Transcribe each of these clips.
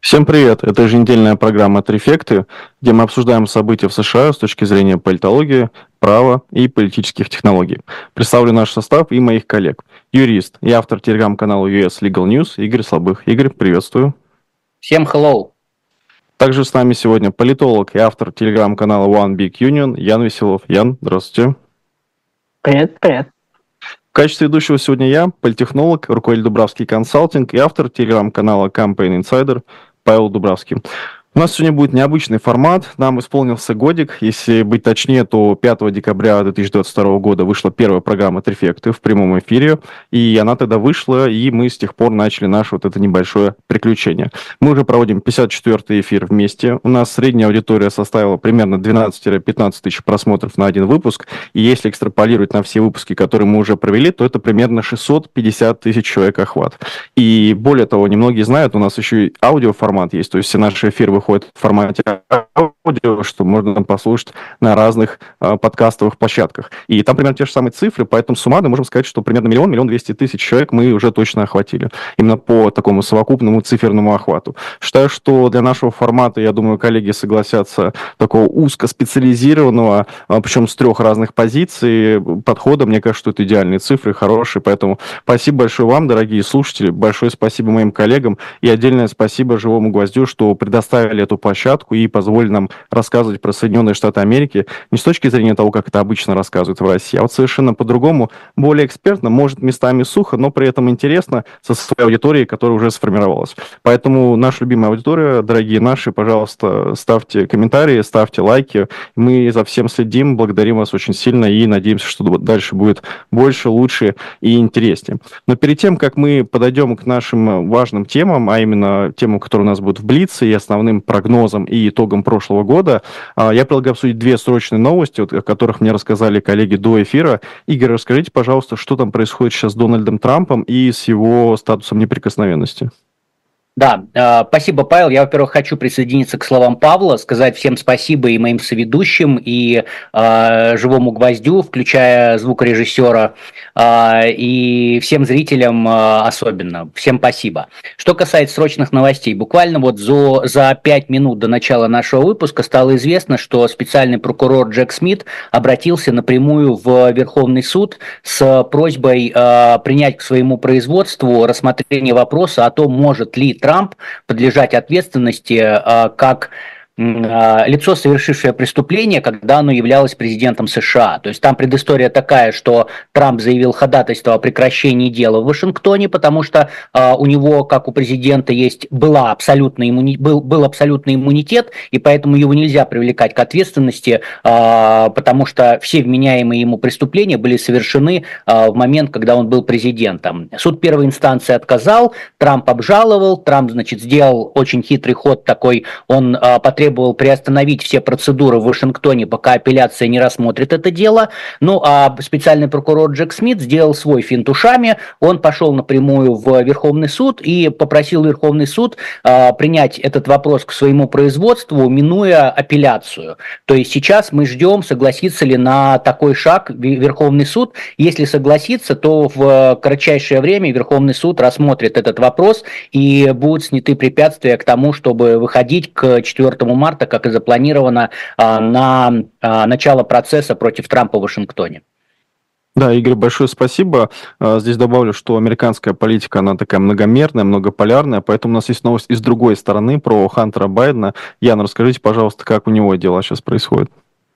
Всем привет! Это еженедельная программа «Трефекты», где мы обсуждаем события в США с точки зрения политологии, права и политических технологий. Представлю наш состав и моих коллег. Юрист и автор телеграм-канала US Legal News Игорь Слабых. Игорь, приветствую. Всем hello! Также с нами сегодня политолог и автор телеграм-канала One Big Union Ян Веселов. Ян, здравствуйте. Привет. В качестве ведущего сегодня я, политтехнолог, руководитель Дубравский консалтинг и автор телеграм-канала Campaign Insider Павел Дубравский. У нас сегодня будет необычный формат. Нам исполнился годик. Если быть точнее, то 5 декабря 2022 года вышла первая программа «Трефекты» в прямом эфире. И она тогда вышла, и мы с тех пор начали наше вот это небольшое приключение. Мы уже проводим 54-й эфир вместе. У нас средняя аудитория составила примерно 12-15 тысяч просмотров на один выпуск. И если экстраполировать на все выпуски, которые мы уже провели, то это примерно 650 тысяч человек охват. И более того, немногие знают, у нас еще и аудиоформат есть. То есть все наши эфиры выходят в формате аудио, что можно послушать на разных подкастовых площадках. И там примерно те же самые цифры, поэтому суммарно можем сказать, что примерно 1-1 200 000 человек мы уже точно охватили. Именно по такому совокупному циферному охвату. Считаю, что для нашего формата, я думаю, коллеги согласятся, такого узкоспециализированного, причем с 3 разных позиций, подхода, мне кажется, что это идеальные цифры, хорошие, поэтому спасибо большое вам, дорогие слушатели, большое спасибо моим коллегам и отдельное спасибо «Живому гвоздю», что предоставили эту площадку и позволили нам рассказывать про Соединенные Штаты Америки не с точки зрения того, как это обычно рассказывают в России, а вот совершенно по-другому, более экспертно, может, местами сухо, но при этом интересно со своей аудиторией, которая уже сформировалась. Поэтому наша любимая аудитория, дорогие наши, пожалуйста, ставьте комментарии, ставьте лайки. Мы за всем следим, благодарим вас очень сильно и надеемся, что дальше будет больше, лучше и интереснее. Но перед тем, как мы подойдем к нашим важным темам, а именно темам, которые у нас будут в Блице и основным прогнозам и итогам прошлого года, я предлагаю обсудить 2 срочные новости, о которых мне рассказали коллеги до эфира. Игорь, расскажите, пожалуйста, что там происходит сейчас с Дональдом Трампом и с его статусом неприкосновенности. Да, спасибо, Павел. Я, во-первых, хочу присоединиться к словам Павла, сказать всем спасибо и моим соведущим, и «Живому гвоздю», включая звукорежиссера, и всем зрителям особенно. Всем спасибо. Что касается срочных новостей, буквально вот за 5 минут до начала нашего выпуска стало известно, что специальный прокурор Джек Смит обратился напрямую в Верховный суд с просьбой принять к своему производству рассмотрение вопроса о том, может ли Трамп подлежать ответственности как лицо, совершившее преступление, когда оно являлось президентом США. То есть там предыстория такая, что Трамп заявил ходатайство о прекращении дела в Вашингтоне, потому что у него, как у президента, был абсолютный иммунитет, и поэтому его нельзя привлекать к ответственности, потому что все вменяемые ему преступления были совершены в момент, когда он был президентом. Суд первой инстанции отказал, Трамп обжаловал, Трамп, значит, сделал очень хитрый ход такой, он потребовал приостановить все процедуры в Вашингтоне, пока апелляция не рассмотрит это дело. Ну, а специальный прокурор Джек Смит сделал свой финт ушами, он пошел напрямую в Верховный суд и попросил Верховный суд принять этот вопрос к своему производству, минуя апелляцию. То есть сейчас мы ждем, согласится ли на такой шаг Верховный суд. Если согласится, то в кратчайшее время Верховный суд рассмотрит этот вопрос и будут сняты препятствия к тому, чтобы выходить к 4 марта, как и запланировано, на начало процесса против Трампа в Вашингтоне. Да, Игорь, большое спасибо. Здесь добавлю, что американская политика, она такая многомерная, многополярная, поэтому у нас есть новость и с другой стороны про Хантера Байдена. Яна, расскажите, пожалуйста, как у него дела сейчас происходят.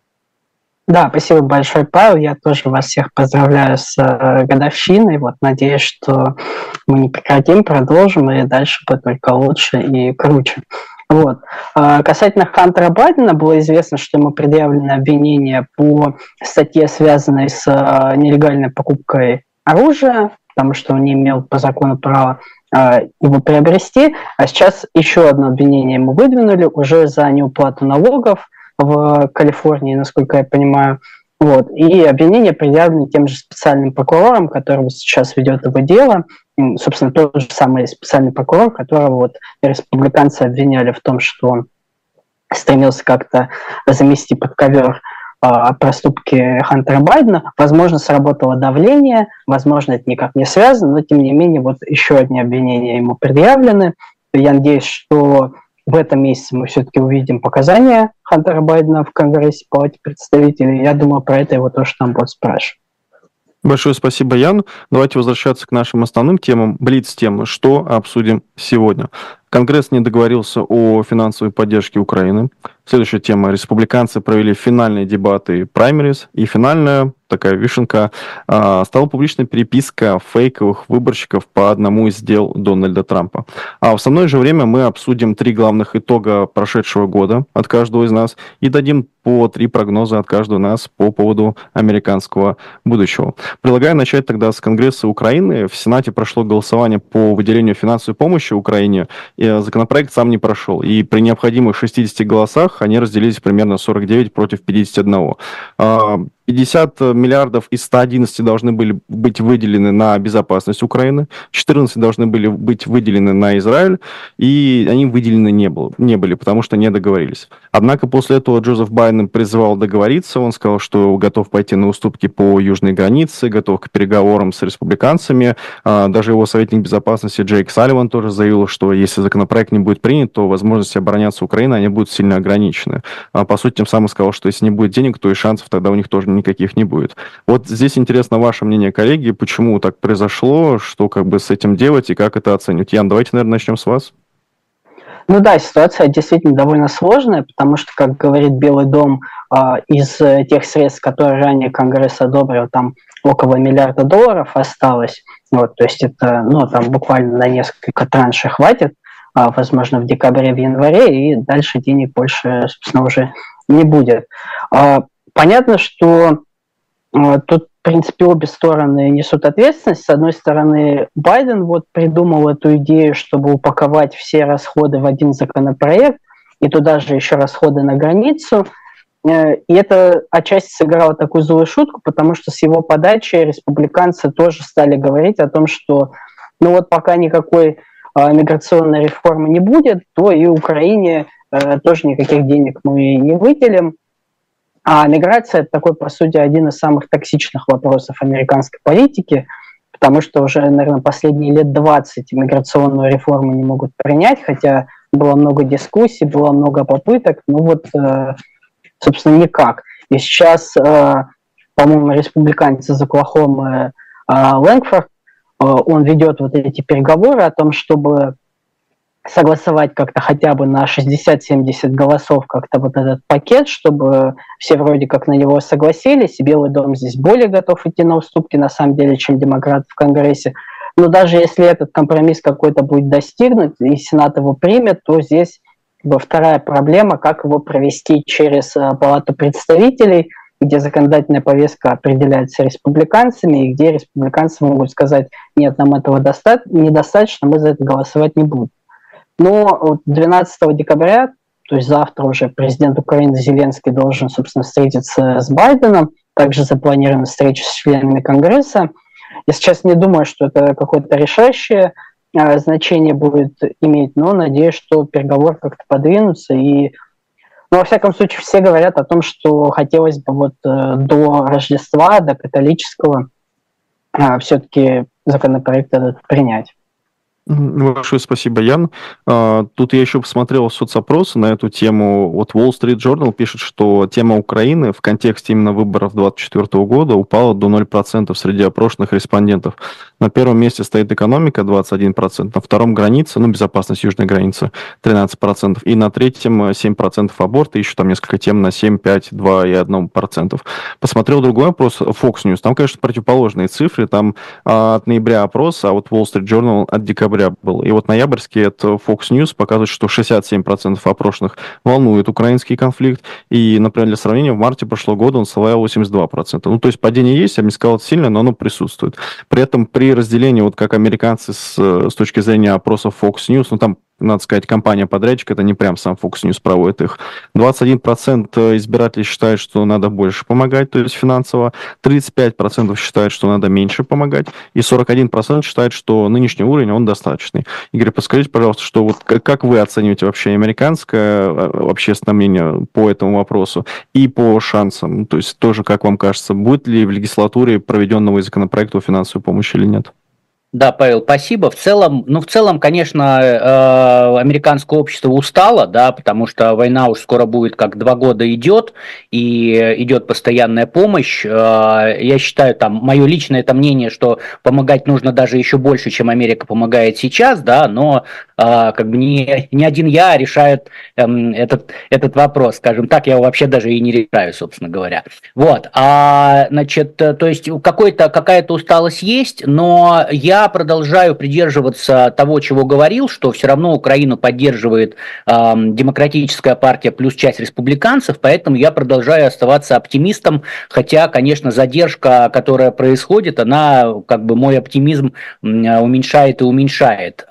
Да, спасибо большое, Павел. Я тоже вас всех поздравляю с годовщиной. Вот, надеюсь, что мы не прекратим, продолжим, и дальше будет только лучше и круче. Вот. Касательно Хантера Байдена, было известно, что ему предъявлено обвинение по статье, связанной с нелегальной покупкой оружия, потому что он не имел по закону права его приобрести. А сейчас еще одно обвинение ему выдвинули уже за неуплату налогов в Калифорнии, насколько я понимаю. Вот. И обвинение предъявлено тем же специальным прокурором, который сейчас ведет его дело. Собственно, тот же самый специальный прокурор, которого вот республиканцы обвиняли в том, что он стремился как-то замести под ковер проступки Хантера Байдена. Возможно, сработало давление, возможно, это никак не связано, но тем не менее вот еще одни обвинения ему предъявлены. Я надеюсь, что в этом месяце мы все-таки увидим показания Хантера Байдена в Конгрессе, в Палате представителей. Я думаю, про это его тоже там будут спрашивать. Большое спасибо, Ян. Давайте возвращаться к нашим основным темам. Блиц-темы. Что обсудим сегодня? Конгресс не договорился о финансовой поддержке Украины. Следующая тема. Республиканцы провели финальные дебаты праймериз. И финальная такая вишенка. Стала публичная переписка фейковых выборщиков по одному из дел Дональда Трампа. А в основное же время мы обсудим 3 главных итога прошедшего года от каждого из нас и дадим по 3 прогноза от каждого из нас по поводу американского будущего. Предлагаю начать тогда с Конгресса Украины. В Сенате прошло голосование по выделению финансовой помощи Украине. И законопроект сам не прошел. И при необходимых 60 голосах они разделились примерно 49 против 51. 50 миллиардов из 111 должны были быть выделены на безопасность Украины, 14 должны были быть выделены на Израиль, и они выделены не были, потому что не договорились. Однако после этого Джозеф Байден призывал договориться, он сказал, что готов пойти на уступки по южной границе, готов к переговорам с республиканцами. Даже его советник безопасности Джейк Салливан тоже заявил, что если законопроект не будет принят, то возможности обороняться Украины, они будут сильно ограничены. По сути, тем самым сказал, что если не будет денег, то и шансов тогда у них тоже никаких не будет. Вот здесь интересно ваше мнение, коллеги, почему так произошло, что как бы с этим делать и как это оценивать. Ян, давайте, наверное, начнем с вас. Ну да, ситуация действительно довольно сложная, потому что, как говорит Белый дом, из тех средств, которые ранее Конгресс одобрил, там около $1 миллиарда осталось. Вот, то есть это, ну, там буквально на несколько траншей хватит, возможно, в декабре, в январе, и дальше денег больше, собственно, уже не будет. Понятно, что тут, в принципе, обе стороны несут ответственность. С одной стороны, Байден вот придумал эту идею, чтобы упаковать все расходы в один законопроект, и туда же еще расходы на границу. И это отчасти сыграло такую злую шутку, потому что с его подачи республиканцы тоже стали говорить о том, что ну вот пока никакой миграционной реформы не будет, то и Украине тоже никаких денег мы не выделим. А миграция – это такой, по сути, один из самых токсичных вопросов американской политики, потому что уже, наверное, последние лет 20 миграционную реформу не могут принять, хотя было много дискуссий, было много попыток, ну вот, собственно, никак. И сейчас, по-моему, республиканец из Оклахомы Лэнгфорд, он ведет вот эти переговоры о том, чтобы согласовать как-то хотя бы на 60-70 голосов как-то вот этот пакет, чтобы все вроде как на него согласились, и Белый дом здесь более готов идти на уступки, на самом деле, чем демократы в Конгрессе. Но даже если этот компромисс какой-то будет достигнут, и Сенат его примет, то здесь вторая проблема, как его провести через Палату представителей, где законодательная повестка определяется республиканцами, и где республиканцы могут сказать, нет, нам этого недостаточно, мы за это голосовать не будем. Но 12 декабря, то есть завтра уже президент Украины Зеленский должен, собственно, встретиться с Байденом. Также запланирована встреча с членами Конгресса. Я сейчас не думаю, что это какое-то решающее значение будет иметь, но надеюсь, что переговоры как-то подвинутся. И, ну, во всяком случае, все говорят о том, что хотелось бы вот до Рождества, до католического, все-таки законопроект этот принять. Большое спасибо, Ян. Тут я еще посмотрел соцопросы на эту тему. Вот Wall Street Journal пишет, что тема Украины в контексте именно выборов 2024 года упала до 0% среди опрошенных респондентов. На первом месте стоит экономика 21%, на втором граница, ну, безопасность южной границы 13%, и на третьем 7% аборты, еще там несколько тем на 7, 5, 2 и 1%. Посмотрел другой опрос, Fox News, там, конечно, противоположные цифры, там от ноября опрос, а вот Wall Street Journal от декабря был. И вот ноябрьский от Fox News показывает, что 67% опрошенных волнует украинский конфликт. И, например, для сравнения, в марте прошлого года он составлял 82%. Ну, то есть падение есть, я бы не сказал, это сильно, но оно присутствует. При этом при разделении, вот как американцы с точки зрения опросов Fox News, ну, там, надо сказать, компания-подрядчик, это не прям сам Fox News проводит их. 21% избирателей считают, что надо больше помогать, то есть финансово. 35% считают, что надо меньше помогать. И 41% считают, что нынешний уровень, он достаточный. Игорь, подскажите, пожалуйста, что вот как вы оцениваете вообще американское общественное мнение по этому вопросу и по шансам? То есть тоже, как вам кажется, будет ли в легислатуре проведен новый законопроект о финансовой помощи или нет? Да, Павел, спасибо. В целом, конечно, американское общество устало, да, потому что война уж скоро будет, как 2 года идет, и идет постоянная помощь. Я считаю, там, мое личное это мнение, что помогать нужно даже еще больше, чем Америка помогает сейчас, да, но как бы не один я решает этот вопрос, скажем так, я его вообще даже и не решаю, собственно говоря. Вот, значит, то есть какая-то усталость есть, но я продолжаю придерживаться того, чего говорил, что все равно Украину поддерживает Демократическая партия плюс часть республиканцев, поэтому я продолжаю оставаться оптимистом, хотя, конечно, задержка, которая происходит, она как бы мой оптимизм уменьшает и уменьшает.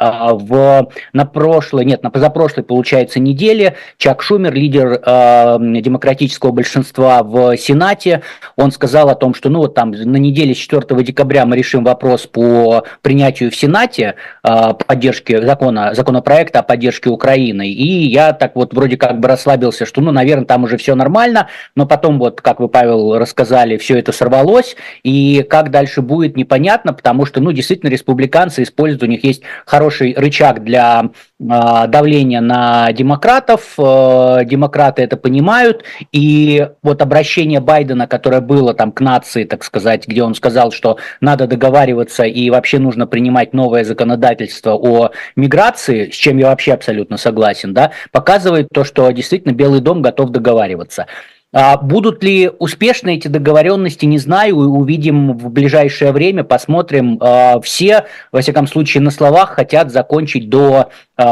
На позапрошлой, получается, неделе Чак Шумер, лидер демократического большинства в Сенате, он сказал о том, что там на неделе с 4 декабря мы решим вопрос по принятию в Сенате поддержки законопроекта о поддержке Украины. И я так вот вроде как бы расслабился, что, наверное, там уже все нормально, но потом, вот, как вы, Павел, рассказали, все это сорвалось, и как дальше будет, непонятно, потому что, действительно, республиканцы используют, у них есть хороший рычаг для давления на демократов, демократы это понимают, и вот обращение Байдена, которое было там к нации, так сказать, где он сказал, что надо договариваться и вообще нужно принимать новое законодательство о миграции, с чем я вообще абсолютно согласен, да, показывает то, что действительно Белый дом готов договариваться. Будут ли успешны эти договоренности, не знаю, увидим в ближайшее время, посмотрим. Все, во всяком случае, на словах хотят закончить до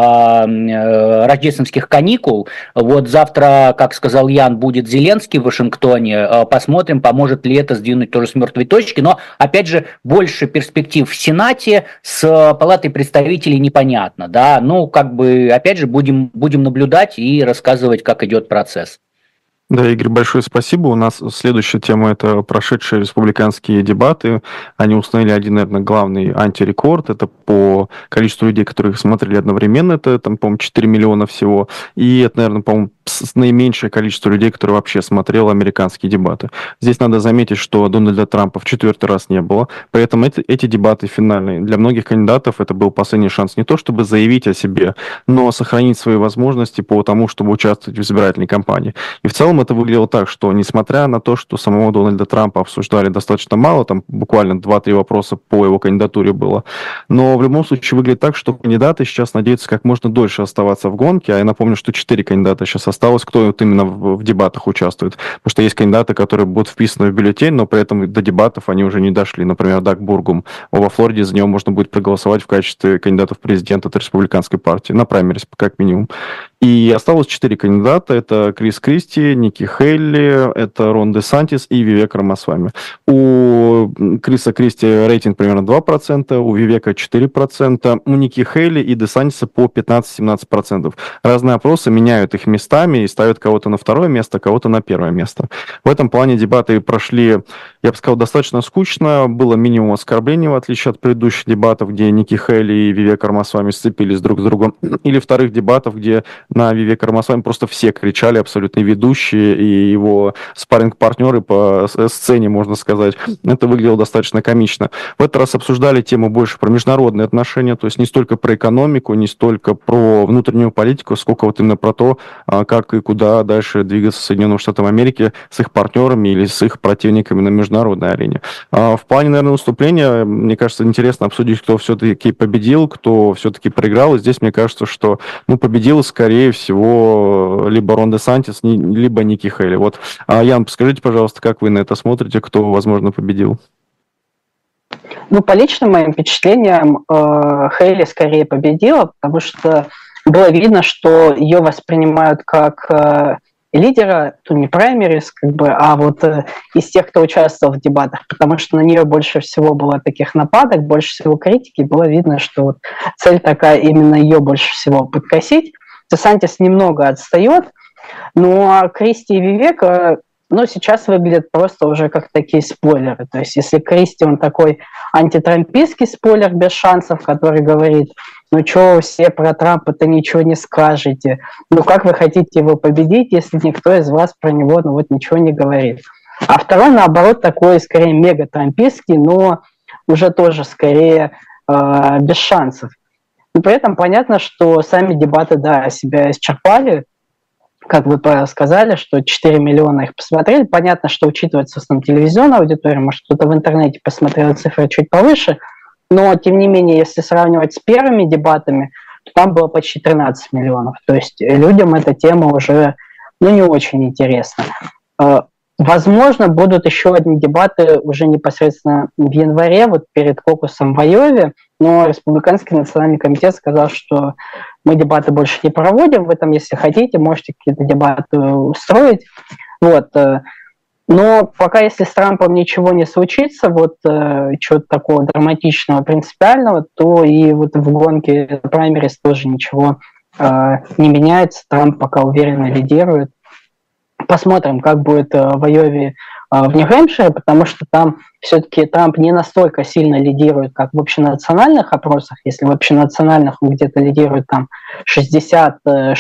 рождественских каникул. Вот завтра, как сказал Ян, будет Зеленский в Вашингтоне. Посмотрим, поможет ли это сдвинуть тоже с мертвой точки. Но, опять же, больше перспектив в Сенате, с Палатой представителей непонятно. Да? Опять же, будем наблюдать и рассказывать, как идет процесс. Да, Игорь, большое спасибо. У нас следующая тема – это прошедшие республиканские дебаты. Они установили один, наверное, главный антирекорд. Это по количеству людей, которые их смотрели одновременно. Это, по-моему, 4 миллиона всего. И это, наверное, по-моему, наименьшее количество людей, которые вообще смотрели американские дебаты. Здесь надо заметить, что Дональда Трампа в 4-й раз не было. Поэтому эти дебаты финальные. Для многих кандидатов это был последний шанс не то, чтобы заявить о себе, но сохранить свои возможности по тому, чтобы участвовать в избирательной кампании. И в целом это выглядело так, что несмотря на то, что самого Дональда Трампа обсуждали достаточно мало, там буквально 2-3 вопроса по его кандидатуре было, но в любом случае выглядит так, что кандидаты сейчас надеются как можно дольше оставаться в гонке, а я напомню, что 4 кандидата сейчас осталось, кто вот именно в дебатах участвует, потому что есть кандидаты, которые будут вписаны в бюллетень, но при этом до дебатов они уже не дошли, например, Даг Бургум, во Флориде за него можно будет проголосовать в качестве кандидата в президент от республиканской партии, на праймерис, как минимум. И осталось 4 кандидата. Это Крис Кристи, Ники Хейли, это Рон Де Сантис и Вивек Рамасвами. У Криса Кристи рейтинг примерно 2%, у Вивека 4%, у Ники Хейли и Де Сантиса по 15-17%. Разные опросы меняют их местами и ставят кого-то на 2-е место, кого-то на 1-е место. В этом плане дебаты прошли, я бы сказал, достаточно скучно. Было минимум оскорблений, в отличие от предыдущих дебатов, где Ники Хейли и Вивек Рамасвами сцепились друг с другом. Или вторых дебатов, где на Вивека Рамасвами просто все кричали, абсолютно ведущие и его спарринг-партнеры по сцене, можно сказать. Это выглядело достаточно комично. В этот раз обсуждали тему больше про международные отношения, то есть не столько про экономику, не столько про внутреннюю политику, сколько вот именно про то, как и куда дальше двигаться Соединенным Штатам Америки с их партнерами или с их противниками на международной арене. В плане, наверное, выступления, мне кажется, интересно обсудить, кто все-таки победил, кто все-таки проиграл. И здесь, мне кажется, что победил, скорее всего, либо Рон Де Сантис, либо Ники Хейли. Вот, Ян, скажите, пожалуйста, как вы на это смотрите, кто, возможно, победил? По личным моим впечатлениям, Хейли скорее победила, потому что было видно, что ее воспринимают как лидера, не праймерис, а вот из тех, кто участвовал в дебатах, потому что на нее больше всего было таких нападок, больше всего критики, было видно, что вот цель такая именно ее больше всего подкосить. Де Сантис немного отстает, но Кристи и Вивек, сейчас выглядят просто уже как такие спойлеры. То есть если Кристи, он такой антитрампистский спойлер без шансов, который говорит, что все про Трампа-то ничего не скажете, как вы хотите его победить, если никто из вас про него ничего не говорит. А второй, наоборот, такой скорее мега-трампистский, но уже тоже скорее без шансов. Но при этом понятно, что сами дебаты, да, себя исчерпали. Как вы сказали, что 4 миллиона их посмотрели. Понятно, что учитывается в основном телевизионная аудитория, может, кто-то в интернете посмотрел цифры чуть повыше, но, тем не менее, если сравнивать с первыми дебатами, то там было почти 13 миллионов. То есть людям эта тема уже не очень интересна. Возможно, будут еще одни дебаты уже непосредственно в январе, вот перед кокусом в Айове, но Республиканский национальный комитет сказал, что мы дебаты больше не проводим, вы там, если хотите, можете какие-то дебаты устроить. Вот. Но пока, если с Трампом ничего не случится, вот чего-то такого драматичного, принципиального, то и вот в гонке праймерис тоже ничего не меняется. Трамп пока уверенно лидирует. Посмотрим, как будет в Айове, в Нью-Хэмпшире, потому что там все-таки Трамп не настолько сильно лидирует, как в общенациональных опросах. Если в общенациональных он где-то лидирует там 60-65%,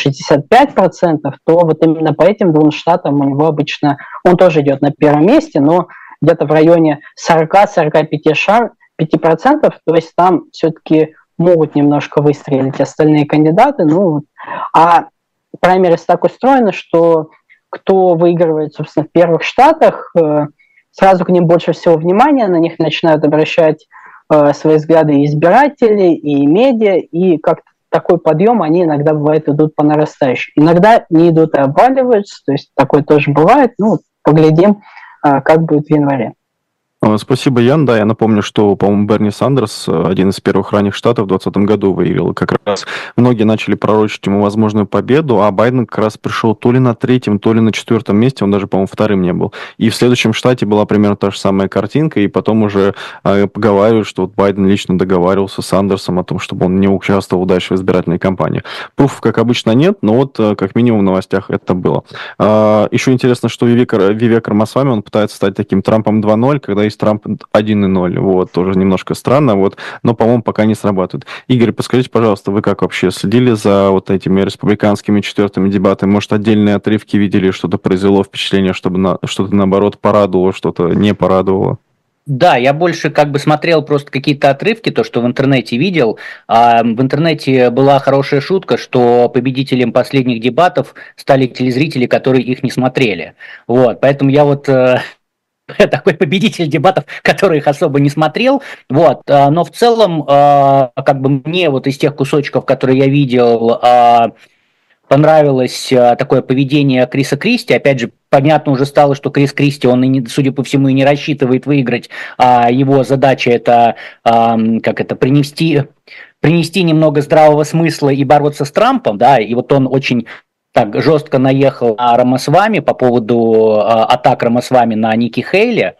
то вот именно по этим двум штатам у него обычно, он тоже идет на первом месте, но где-то в районе 40-45%, то есть там все-таки могут немножко выстрелить остальные кандидаты. А праймерис так устроено, что кто выигрывает, собственно, в первых штатах, сразу к ним больше всего внимания, на них начинают обращать свои взгляды и избиратели, и медиа, и как-то такой подъем, они иногда, бывает, идут по нарастающей. Иногда не идут и обваливаются, то есть такое тоже бывает. Поглядим, как будет в январе. Спасибо, Ян. Да, я напомню, что, по-моему, Берни Сандерс, один из первых ранних штатов, в 2020 году выиграл. Как раз многие начали пророчить ему возможную победу, а Байден как раз пришел то ли на третьем, то ли на четвертом месте, он даже, по-моему, вторым не был. И в следующем штате была примерно та же самая картинка, и потом уже поговаривают, что вот Байден лично договаривался с Сандерсом о том, чтобы он не участвовал дальше в избирательной кампании. Пруфов, как обычно, нет, но вот как минимум в новостях это было. Еще интересно, что Вивек Рамасвами, он пытается стать таким Трампом 2.0, когда есть Трамп 1.0. Вот, тоже немножко странно, но, по-моему, пока не срабатывает. Игорь, подскажите, пожалуйста, вы как вообще следили за вот этими республиканскими четвертыми дебатами? Может, отдельные отрывки видели, что-то произвело впечатление, чтобы что-то, наоборот, порадовало, что-то не порадовало? Да, я больше смотрел просто какие-то отрывки, то, что в интернете видел. В интернете была хорошая шутка, что победителем последних дебатов стали телезрители, которые их не смотрели. Вот, поэтому я такой победитель дебатов, который их особо не смотрел, но в целом, мне из тех кусочков, которые я видел, понравилось такое поведение Криса Кристи. Опять же, понятно уже стало, что Крис Кристи, он, судя по всему, и не рассчитывает выиграть, а его задача это принести немного здравого смысла и бороться с Трампом, да, и вот он очень так жестко наехал на Рамасвами по поводу атак Рамасвами на Ники Хейли.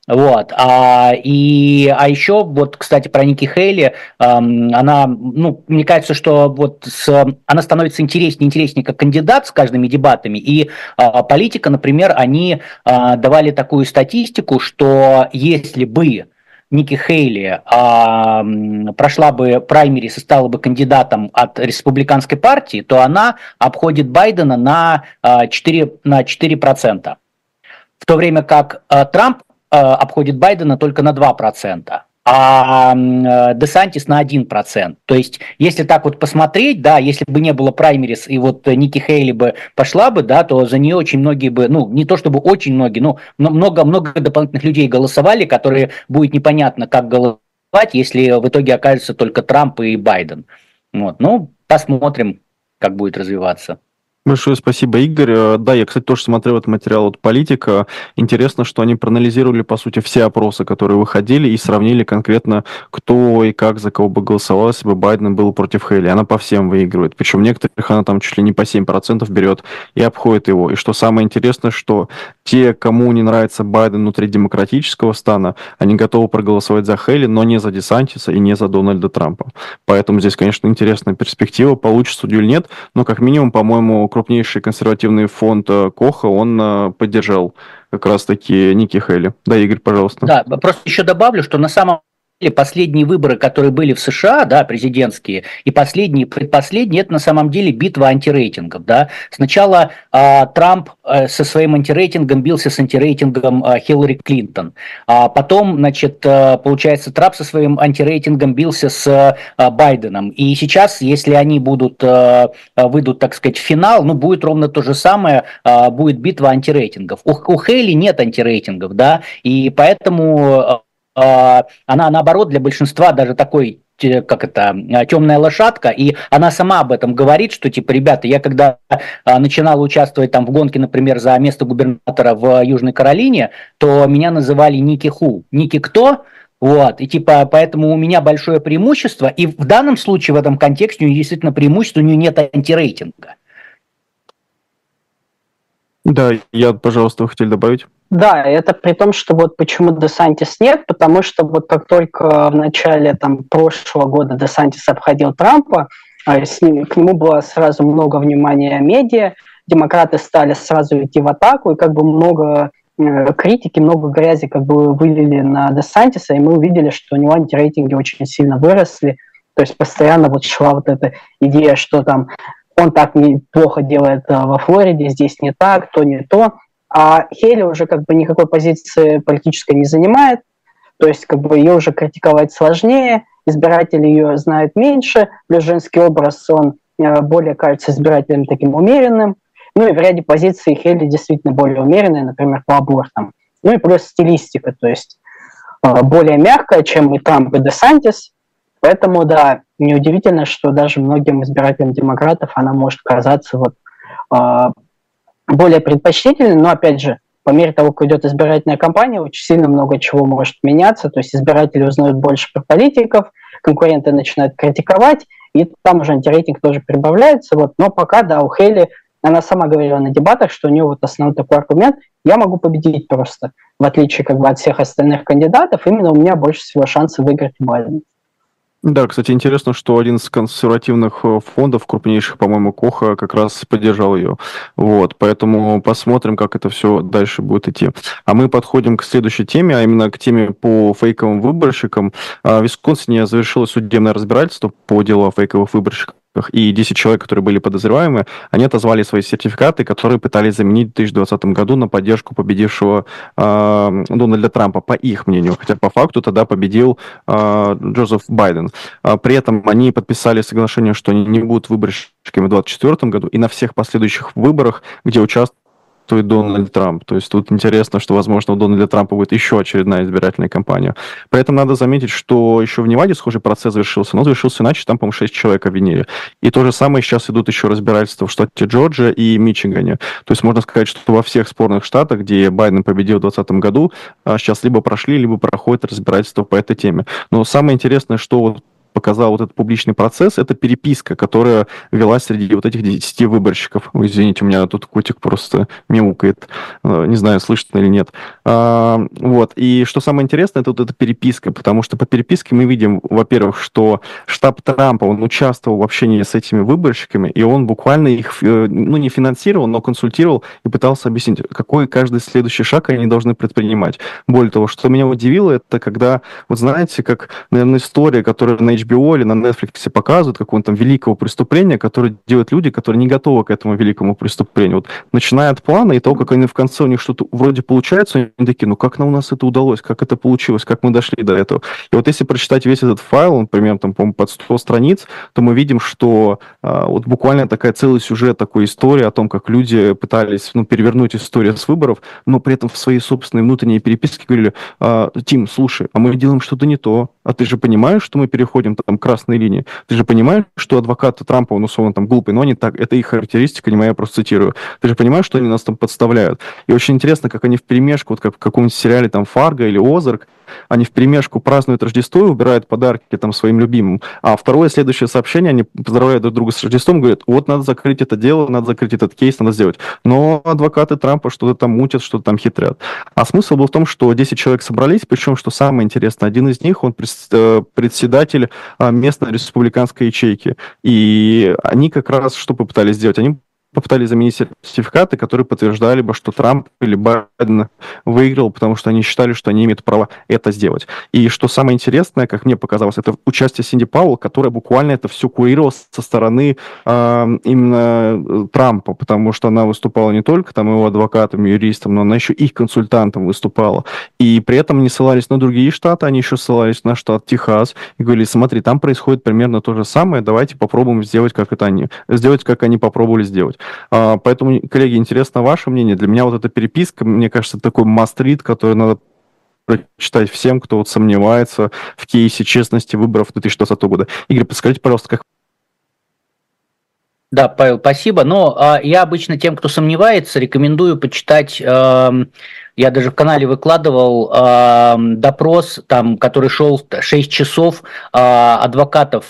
А еще, кстати, про Ники Хейли, она, мне кажется, что она становится интереснее как кандидат с каждыми дебатами, и политика, например, они давали такую статистику, что если бы Ники Хейли прошла бы праймерис и стала бы кандидатом от республиканской партии, то она обходит Байдена на 4%. В то время как Трамп обходит Байдена только на 2%, а Десантис на 1%. То есть, если так посмотреть, да, если бы не было праймерис, и Ники Хейли бы пошла бы, да, то за нее очень многие бы, не то чтобы очень многие, но много дополнительных людей голосовали, которые будет непонятно, как голосовать, если в итоге окажется только Трамп и Байден. Посмотрим, как будет развиваться. Большое спасибо, Игорь. Да, я, кстати, тоже смотрел этот материал от «Политика». Интересно, что они проанализировали, по сути, все опросы, которые выходили, и сравнили конкретно, кто и как за кого бы голосовал, если бы Байден был против Хейли. Она по всем выигрывает. Причем некоторых она там чуть ли не по 7% берет и обходит его. И что самое интересное, что те, кому не нравится Байден внутри демократического стана, они готовы проголосовать за Хейли, но не за Десантиса и не за Дональда Трампа. Поэтому здесь, конечно, интересная перспектива. Получится судью или нет, но как минимум, по-моему, крупнейший консервативный фонд Коха, он поддержал как раз-таки Ники Хейли. Да, Игорь, пожалуйста. Да, просто еще добавлю, что на самом последние выборы, которые были в США, да, президентские, и последние, предпоследние, это на самом деле битва антирейтингов, да. Сначала Трамп со своим антирейтингом бился с антирейтингом Хиллари Клинтон, а потом, значит, получается, Трамп со своим антирейтингом бился с Байденом, и сейчас, если они выйдут, так сказать, в финал, ну, будет ровно то же самое, будет битва антирейтингов. У Хейли нет антирейтингов, да, и поэтому она, наоборот, для большинства даже такой, как это, темная лошадка, и она сама об этом говорит, что, типа, ребята, я когда начинала участвовать там в гонке, например, за место губернатора в Южной Каролине, то меня называли Ники Ху. Ники кто? Вот, и типа, поэтому у меня большое преимущество, и в данном случае, в этом контексте, у нее действительно преимущество, у нее нет антирейтинга. Да, я, пожалуйста, вы хотели добавить? Да, это при том, что вот почему Десантис нет, потому что вот как только в начале там, прошлого года Десантис обходил Трампа, к нему было сразу много внимания медиа, демократы стали сразу идти в атаку, и как бы много критики, много грязи как бы вылили на Десантиса, и мы увидели, что у него антирейтинги очень сильно выросли, то есть постоянно вот шла вот эта идея, что там он так неплохо делает во Флориде, здесь не так, то не то. А Хейли уже как бы никакой позиции политической не занимает, то есть как бы ее уже критиковать сложнее, избиратели ее знают меньше, плюс женский образ, он более кажется избирателям таким умеренным, ну и в ряде позиций Хейли действительно более умеренная, например, по абортам. Ну и плюс стилистика, то есть более мягкая, чем и Трамп, и Десантис, поэтому, да, неудивительно, что даже многим избирателям демократов она может казаться вот более предпочтительной, но, опять же, по мере того, как идет избирательная кампания, очень сильно много чего может меняться, то есть избиратели узнают больше про политиков, конкуренты начинают критиковать, и там уже антирейтинг тоже прибавляется, вот. Но пока, да, у Хейли, она сама говорила на дебатах, что у нее вот основной такой аргумент: я могу победить просто, в отличие как бы от всех остальных кандидатов, именно у меня больше всего шансов выиграть Байден. Да, кстати, интересно, что один из консервативных фондов, крупнейших, по-моему, Коха, как раз поддержал ее. Вот, поэтому посмотрим, как это все дальше будет идти. А мы подходим к следующей теме, а именно к теме по фейковым выборщикам. В Висконсине завершилось судебное разбирательство по делу о фейковых выборщиках, и 10 человек, которые были подозреваемы, они отозвали свои сертификаты, которые пытались заменить в 2020 году на поддержку победившего Дональда Трампа, по их мнению, хотя по факту тогда победил Джозеф Байден. При этом они подписали соглашение, что они не будут выборщиками в 2024 году и на всех последующих выборах, где участвуют Дональд Трамп. То есть тут интересно, что, возможно, у Дональда Трампа будет еще очередная избирательная кампания. При этом надо заметить, что еще в Неваде схожий процесс завершился, но завершился иначе, там, по-моему, 6 человек обвинили. И то же самое сейчас идут еще разбирательства в штате Джорджия и Мичигане. То есть можно сказать, что во всех спорных штатах, где Байден победил в 2020 году, сейчас либо прошли, либо проходят разбирательства по этой теме. Но самое интересное, что вот показал вот этот публичный процесс, это переписка, которая велась среди вот этих 10 выборщиков. Ой, извините, у меня тут котик просто мяукает. Не знаю, слышно или нет. Вот. И что самое интересное, это вот эта переписка, потому что по переписке мы видим, во-первых, что штаб Трампа, он участвовал в общении с этими выборщиками, и он буквально их, ну, не финансировал, но консультировал и пытался объяснить, какой каждый следующий шаг они должны предпринимать. Более того, что меня удивило, это когда, вот знаете, как, наверное, история, которая на HBO или на Netflix показывают какого-то там великого преступления, которое делают люди, которые не готовы к этому великому преступлению. Вот начиная от плана и того, как они в конце у них что-то вроде получается, они такие, ну как у нас это удалось, как это получилось, как мы дошли до этого. И вот если прочитать весь этот файл, он примерно там, по-моему, под 100 страниц, то мы видим, что вот буквально такая целый сюжет, такой история о том, как люди пытались, ну, перевернуть историю с выборов, но при этом в своей собственной внутренней переписке говорили: Тим, слушай, а мы делаем что-то не то, а ты же понимаешь, что мы переходим там красные линии. Ты же понимаешь, что адвокаты Трампа, он условно там глупый, но они так, это их характеристика, не моя, я просто цитирую. Ты же понимаешь, что они нас там подставляют. И очень интересно, как они вперемешку, вот как в каком-нибудь сериале там «Фарго» или «Озарк», они вперемешку празднуют Рождество и убирают подарки там своим любимым. А второе, следующее сообщение, они поздравляют друг друга с Рождеством, говорят: вот надо закрыть это дело, надо закрыть этот кейс, надо сделать. Но адвокаты Трампа что-то там мутят, что-то там хитрят. А смысл был в том, что 10 человек собрались, причем, что самое интересное, один из них, он председатель местной республиканской ячейки. И они как раз что попытались сделать? Они попытались заменить сертификаты, которые подтверждали бы, что Трамп или Байден выиграл, потому что они считали, что они имеют право это сделать. И что самое интересное, как мне показалось, это участие Синди Пауэлл, которая буквально это все курировала со стороны именно Трампа, потому что она выступала не только там его адвокатом, юристом, но она еще их консультантом выступала. И при этом не ссылались на другие штаты, они еще ссылались на штат Техас и говорили: смотри, там происходит примерно то же самое, давайте попробуем сделать, как они попробовали сделать. Поэтому, коллеги, интересно ваше мнение. Для меня вот эта переписка, мне кажется, такой must-read, который надо прочитать всем, кто вот сомневается в кейсе честности выборов 2020 года. Игорь, подскажите, пожалуйста, как... Да, Павел, спасибо. Но я обычно тем, кто сомневается, рекомендую почитать. Я даже в канале выкладывал допрос, там, который шел 6 часов адвокатов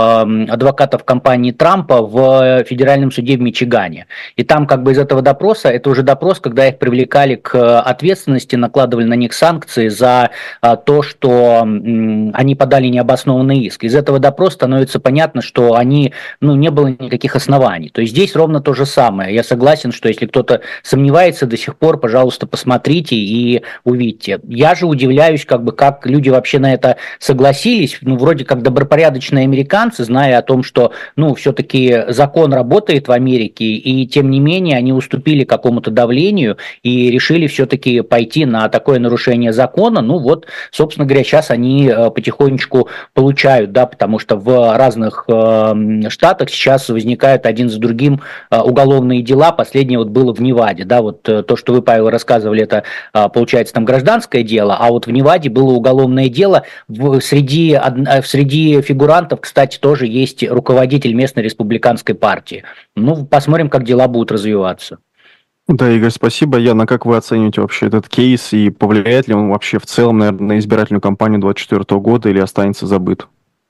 компании Трампа в федеральном суде в Мичигане. И там как бы из этого допроса, это уже допрос, когда их привлекали к ответственности, накладывали на них санкции за то, что они подали необоснованный иск. Из этого допроса становится понятно, что не было никаких оснований. То есть здесь ровно то же самое. Я согласен, что если кто-то сомневается до сих пор, пожалуйста, посмотрите и увидите. Я же удивляюсь, как люди вообще на это согласились, вроде как добропорядочные американцы, зная о том, что, все-таки закон работает в Америке, и тем не менее они уступили какому-то давлению и решили все-таки пойти на такое нарушение закона. Собственно говоря, сейчас они потихонечку получают, да, потому что в разных штатах сейчас возникают один за другим уголовные дела. Последнее было в Неваде, да, то, что вы, Павел, рассказывали, это получается там гражданское дело, а вот в Неваде было уголовное дело. Среди фигурантов, кстати, тоже есть руководитель местной республиканской партии. Посмотрим, как дела будут развиваться. Да, Игорь, спасибо. Яна, как вы оцениваете вообще этот кейс и повлияет ли он вообще в целом, наверное, на избирательную кампанию 2024 года или останется забыт?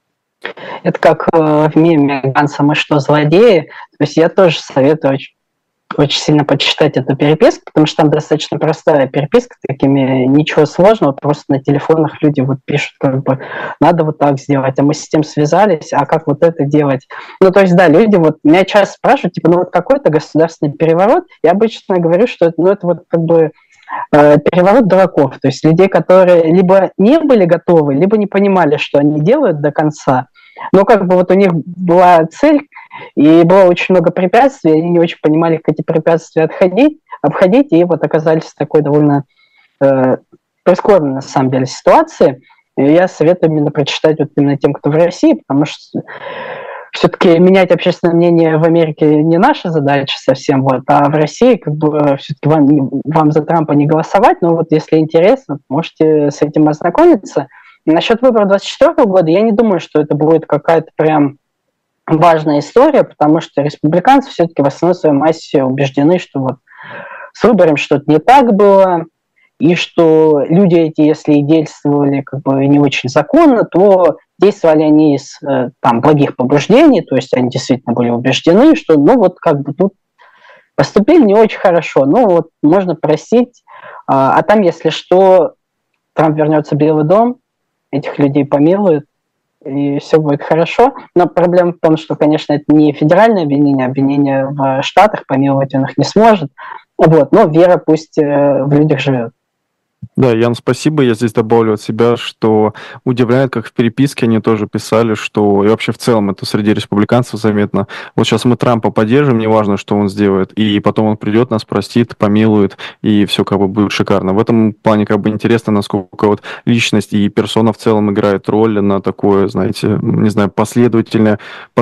Это как в меме Ганса «Мы что, злодеи?». То есть я тоже советую очень сильно почитать эту переписку, потому что там достаточно простая переписка, такими ничего сложного, просто на телефонах люди пишут, надо вот так сделать, а мы с тем связались, а как вот это делать? То есть, да, люди меня часто спрашивают, какой-то государственный переворот, я обычно говорю, что это переворот дураков, то есть людей, которые либо не были готовы, либо не понимали, что они делают до конца, но у них была цель, и было очень много препятствий, они не очень понимали, как эти препятствия обходить, и оказались в такой довольно прискорбной, на самом деле, ситуации. И я советую именно прочитать именно тем, кто в России, потому что все-таки менять общественное мнение в Америке не наша задача совсем, а в России все-таки вам за Трампа не голосовать, но если интересно, можете с этим ознакомиться. И насчет выборов 2024 года я не думаю, что это будет какая-то прям важная история, потому что республиканцы все-таки в основной своей массе убеждены, что с выбором что-то не так было, и что люди эти, если и действовали не очень законно, то действовали они из благих побуждений, то есть они действительно были убеждены, что тут поступили не очень хорошо, можно простить, а там, если что, Трамп вернется в Белый дом, этих людей помилуют, и все будет хорошо. Но проблема в том, что, конечно, это не федеральное обвинение в Штатах, помиловать он их не сможет. Но вера пусть в людях живет. Да, Ян, спасибо. Я здесь добавлю от себя, что удивляет, как в переписке они тоже писали, что и вообще в целом это среди республиканцев заметно. Вот сейчас мы Трампа поддержим, неважно, что он сделает, и потом он придет, нас простит, помилует, и все будет шикарно. В этом плане интересно, насколько личность и персона в целом играет роль на такое, знаете, не знаю, последование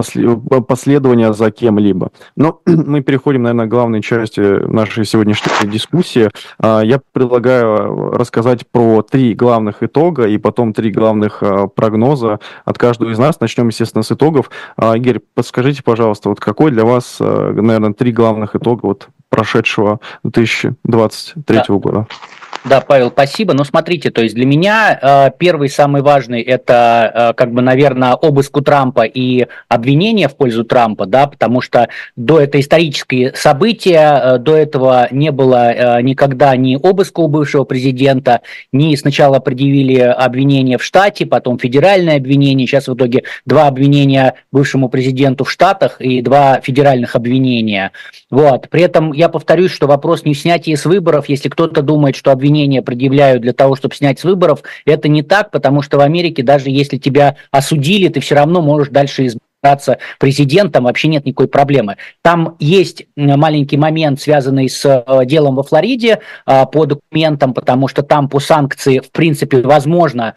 за кем-либо. Но мы переходим, наверное, к главной части нашей сегодняшней дискуссии. Я предлагаю рассказать про 3 главных итога и потом 3 главных прогноза от каждого из нас. Начнем, естественно, с итогов. Игорь, подскажите, пожалуйста, какой для вас, наверное, 3 главных итога прошедшего 2023 года? Да, Павел, спасибо. Но смотрите, то есть для меня первый, самый важный, это, наверное, обыск у Трампа и обвинение в пользу Трампа, да, потому что это исторические события, до этого не было никогда ни обыска у бывшего президента, ни сначала предъявили обвинение в штате, потом федеральное обвинение, сейчас в итоге 2 обвинения бывшему президенту в Штатах и 2 федеральных обвинения. Вот. При этом я повторюсь, что вопрос не в снятии с выборов. Если кто-то думает, что обвинения предъявляют для того, чтобы снять с выборов, это не так, потому что в Америке даже если тебя осудили, ты все равно можешь дальше избираться президентом, вообще нет никакой проблемы. Там есть маленький момент, связанный с делом во Флориде по документам, потому что там по санкции, в принципе, возможно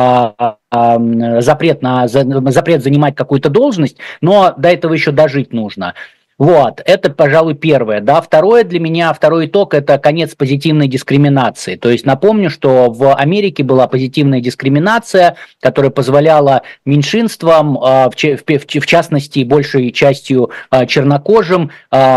запрет занимать какую-то должность, но до этого еще дожить нужно. Вот, это, пожалуй, первое. Да. Второй итог – это конец позитивной дискриминации. То есть напомню, что в Америке была позитивная дискриминация, которая позволяла меньшинствам, в частности, большей частью чернокожим,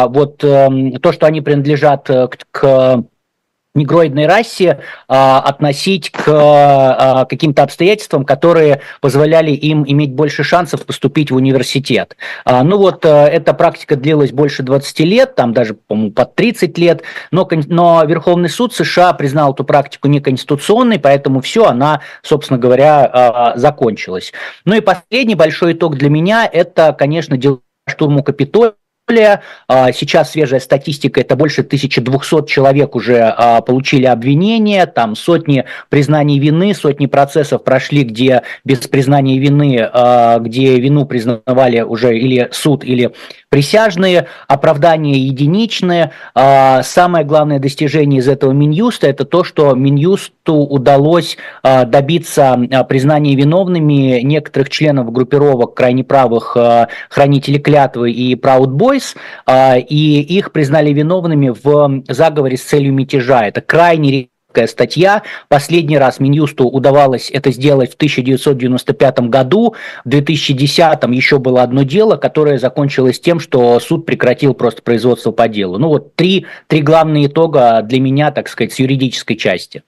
то, что они принадлежат к негроидной расе, относить к каким-то обстоятельствам, которые позволяли им иметь больше шансов поступить в университет. Эта практика длилась больше 20 лет, там даже, по-моему, под 30 лет, но Верховный суд США признал эту практику неконституционной, поэтому все, она, собственно говоря, закончилась. Ну и последний большой итог для меня – это, конечно, дело по штурму Капитолия. Сейчас свежая статистика, это больше 1200 человек уже получили обвинения, там сотни признаний вины, сотни процессов прошли, где без признания вины, где вину признавали уже или суд, или присяжные, оправдания единичные. Самое главное достижение из этого Минюста – это то, что Минюсту удалось добиться признания виновными некоторых членов группировок крайне правых хранителей клятвы и Proud Boys, и их признали виновными в заговоре с целью мятежа. Это крайне редкая статья. Последний раз Минюсту удавалось это сделать в 1995 году. В 2010 еще было одно дело, которое закончилось тем, что суд прекратил просто производство по делу. Три главные итога для меня, так сказать, с юридической части.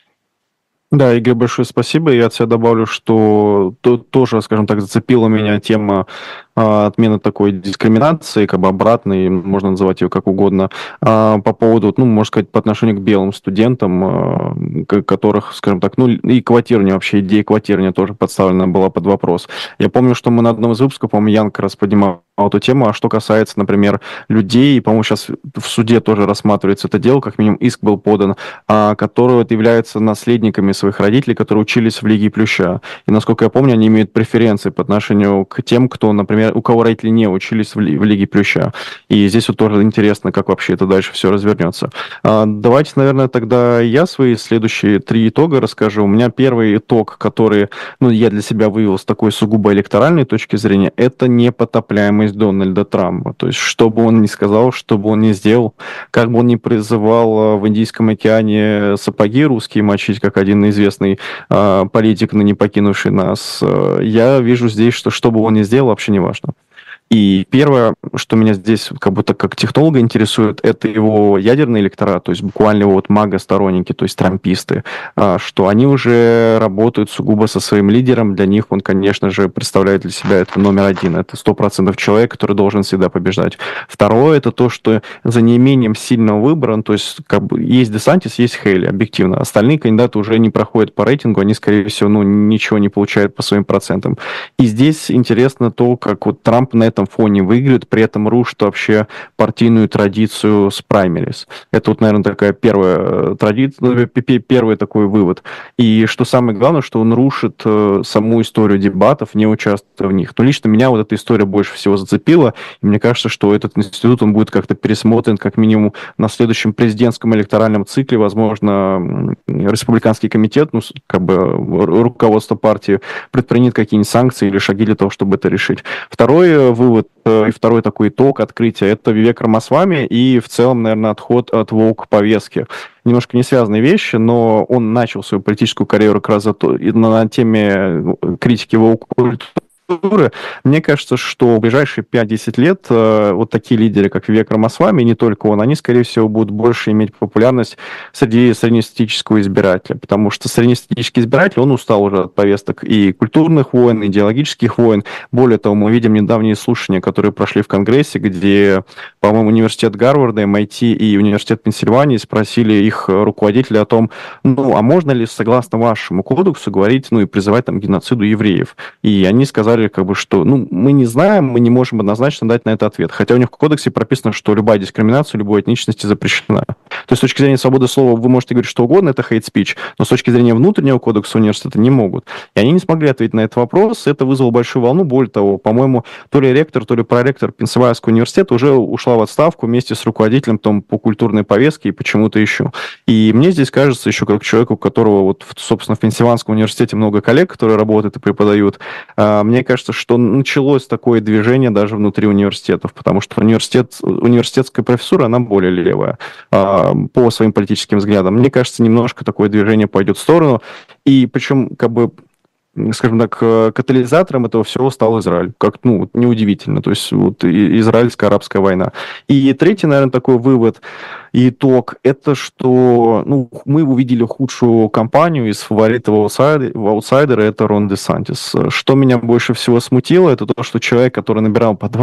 Да, Игорь, большое спасибо. Я от себя добавлю, что тоже, скажем так, зацепила меня тема отмены такой дискриминации, обратной, можно называть ее как угодно, по поводу, можно сказать, по отношению к белым студентам, которых, скажем так, и квотирование, вообще идея квотирования тоже подставлена была под вопрос. Я помню, что мы на одном из выпусков, по-моему, Ян как раз поднимал эту тему, а что касается, например, людей, по-моему, сейчас в суде тоже рассматривается это дело, как минимум иск был подан, которые являются наследниками своих родителей, которые учились в Лиге Плюща. И, насколько я помню, они имеют преференции по отношению к тем, кто, например, у кого родители не учились в Лиге Плюща. И здесь тоже интересно, как вообще это дальше все развернется. Давайте, наверное, тогда я свои следующие 3 итога расскажу. У меня первый итог, который, я для себя вывел с такой сугубо электоральной точки зрения, это непотопляемость Дональда Трампа. То есть, что бы он ни сказал, что бы он ни сделал, как бы он ни призывал в Индийском океане сапоги русские мочить, как один известный политик, но не покинувший нас, я вижу здесь, что бы он ни сделал, вообще не важно. И первое, что меня здесь как технолога интересует, это его ядерный электорат, то есть буквально его мага-сторонники, то есть трамписты, что они уже работают сугубо со своим лидером. Для них он, конечно же, представляет для себя это номер один. Это 100% человек, который должен всегда побеждать. Второе, это то, что за неимением сильного выбора, то есть есть Десантис, есть Хейли, объективно. Остальные кандидаты уже не проходят по рейтингу, они, скорее всего, ничего не получают по своим процентам. И здесь интересно то, как Трамп на этом фоне выиграет, при этом рушит вообще партийную традицию с праймерис. Это наверное, такая первая традиция, первый такой вывод. И что самое главное, что он рушит саму историю дебатов, не участвуя в них. Но лично меня эта история больше всего зацепила, и мне кажется, что этот институт, он будет как-то пересмотрен, как минимум, на следующем президентском электоральном цикле, возможно, республиканский комитет, руководство партии предпринят какие-нибудь санкции или шаги для того, чтобы это решить. Второй вывод и второй такой итог открытия – это Вивек Рамасвами и в целом, наверное, отход от woke-повестки. Немножко не связанные вещи, но он начал свою политическую карьеру как раз на теме критики woke-культуры, профессуры. Мне кажется, что в ближайшие 5-10 лет вот такие лидеры, как Вивек Рамасвами, и не только он, они, скорее всего, будут больше иметь популярность среди среднестатистического избирателя, потому что среднестатистический избиратель, он устал уже от повесток и культурных войн, и идеологических войн. Более того, мы видим недавние слушания, которые прошли в Конгрессе, где, по-моему, университет Гарварда, MIT и университет Пенсильвании спросили их руководителя о том, ну, а можно ли, согласно вашему кодексу, говорить, ну, и призывать там к геноциду евреев? И они сказали, как бы, что, ну, мы не знаем, мы не можем однозначно дать на это ответ. Хотя у них в кодексе прописано, что любая дискриминация любой этничности запрещена. То есть с точки зрения свободы слова вы можете говорить что угодно, это hate speech, но с точки зрения внутреннего кодекса университета не могут. И они не смогли ответить на этот вопрос, это вызвало большую волну. Более того, по-моему, то ли ректор, то ли проректор Пенсильванского университета уже ушла в отставку вместе с руководителем там, по культурной повестке и почему-то еще. И мне здесь кажется, еще как человеку, у которого, вот, собственно, в Пенсильванском университете много коллег, которые работают и преподают, мне кажется, что началось такое движение даже внутри университетов, потому что университетская профессура, она более левая по своим политическим взглядам. Мне кажется, немножко такое движение пойдет в сторону, и причем, как бы, скажем так, катализатором этого всего стал Израиль. Как, ну, неудивительно. То есть вот израильско-арабская война. И третий, наверное, такой вывод и итог, это что, ну, мы увидели худшую кампанию из фаворитов в аутсайдера, это Рон Десантис. Что меня больше всего смутило, это то, что человек, который набирал по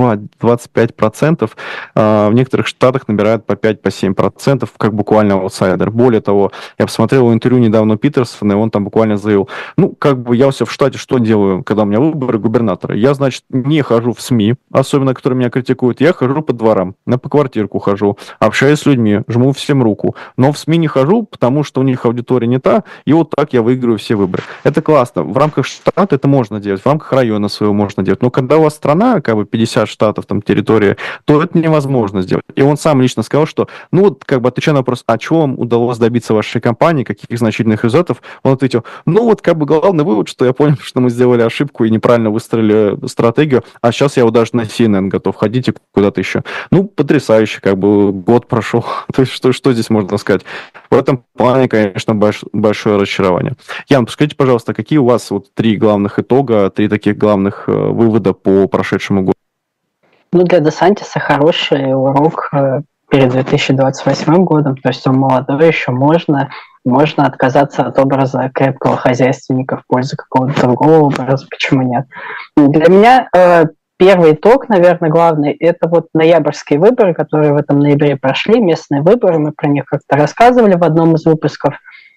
22-25%, в некоторых штатах набирает по 5-7%, как буквально аутсайдер. Более того, я посмотрел интервью недавно Питерсона, и он там буквально заявил, ну, как бы я у себя в штате что делаю, когда у меня выборы губернатора? Я, значит, не хожу в СМИ, особенно, которые меня критикуют, я хожу по дворам, по квартирку хожу, общаюсь с людьми, жму всем руку, но в СМИ не хожу, потому что у них аудитория не та, и вот так я выиграю все выборы. Это классно. В рамках штата это можно делать, в рамках района своего можно делать, но когда у вас страна, как бы 50 штатов, там, территория, то это невозможно сделать. И он сам лично сказал, что, ну, вот, как бы, отвечая на вопрос, а чего вам удалось добиться в вашей компании, каких значительных результатов, он ответил, ну, вот, как бы, главный вывод, что я понял, что мы сделали ошибку и неправильно выстроили стратегию, а сейчас я вот даже на CNN готов ходить и куда-то еще. Ну, потрясающе, как бы, год прошел. То есть, что здесь можно сказать? В этом плане, конечно, большое разочарование. Ян, скажите, пожалуйста, какие у вас вот 3 главных итога, 3 таких главных вывода по прошедшему году? Ну, для Десантиса хороший урок перед 2028 годом, то есть он молодой, еще можно отказаться от образа крепкого хозяйственника в пользу какого-то другого образа, почему нет? Для меня первый итог, наверное, главный, это вот ноябрьские выборы, которые в этом ноябре прошли, местные выборы, мы про них как-то рассказывали в одном из выпусков,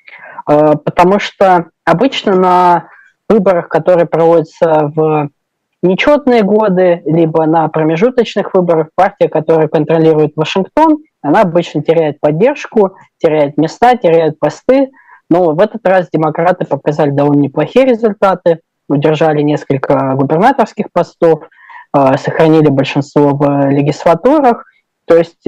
потому что обычно на выборах, которые проводятся в нечетные годы, либо на промежуточных выборах, партия, которая контролирует Вашингтон, она обычно теряет поддержку, теряет места, теряет посты, но в этот раз демократы показали довольно неплохие результаты, удержали несколько губернаторских постов, сохранили большинство в легислатурах, то есть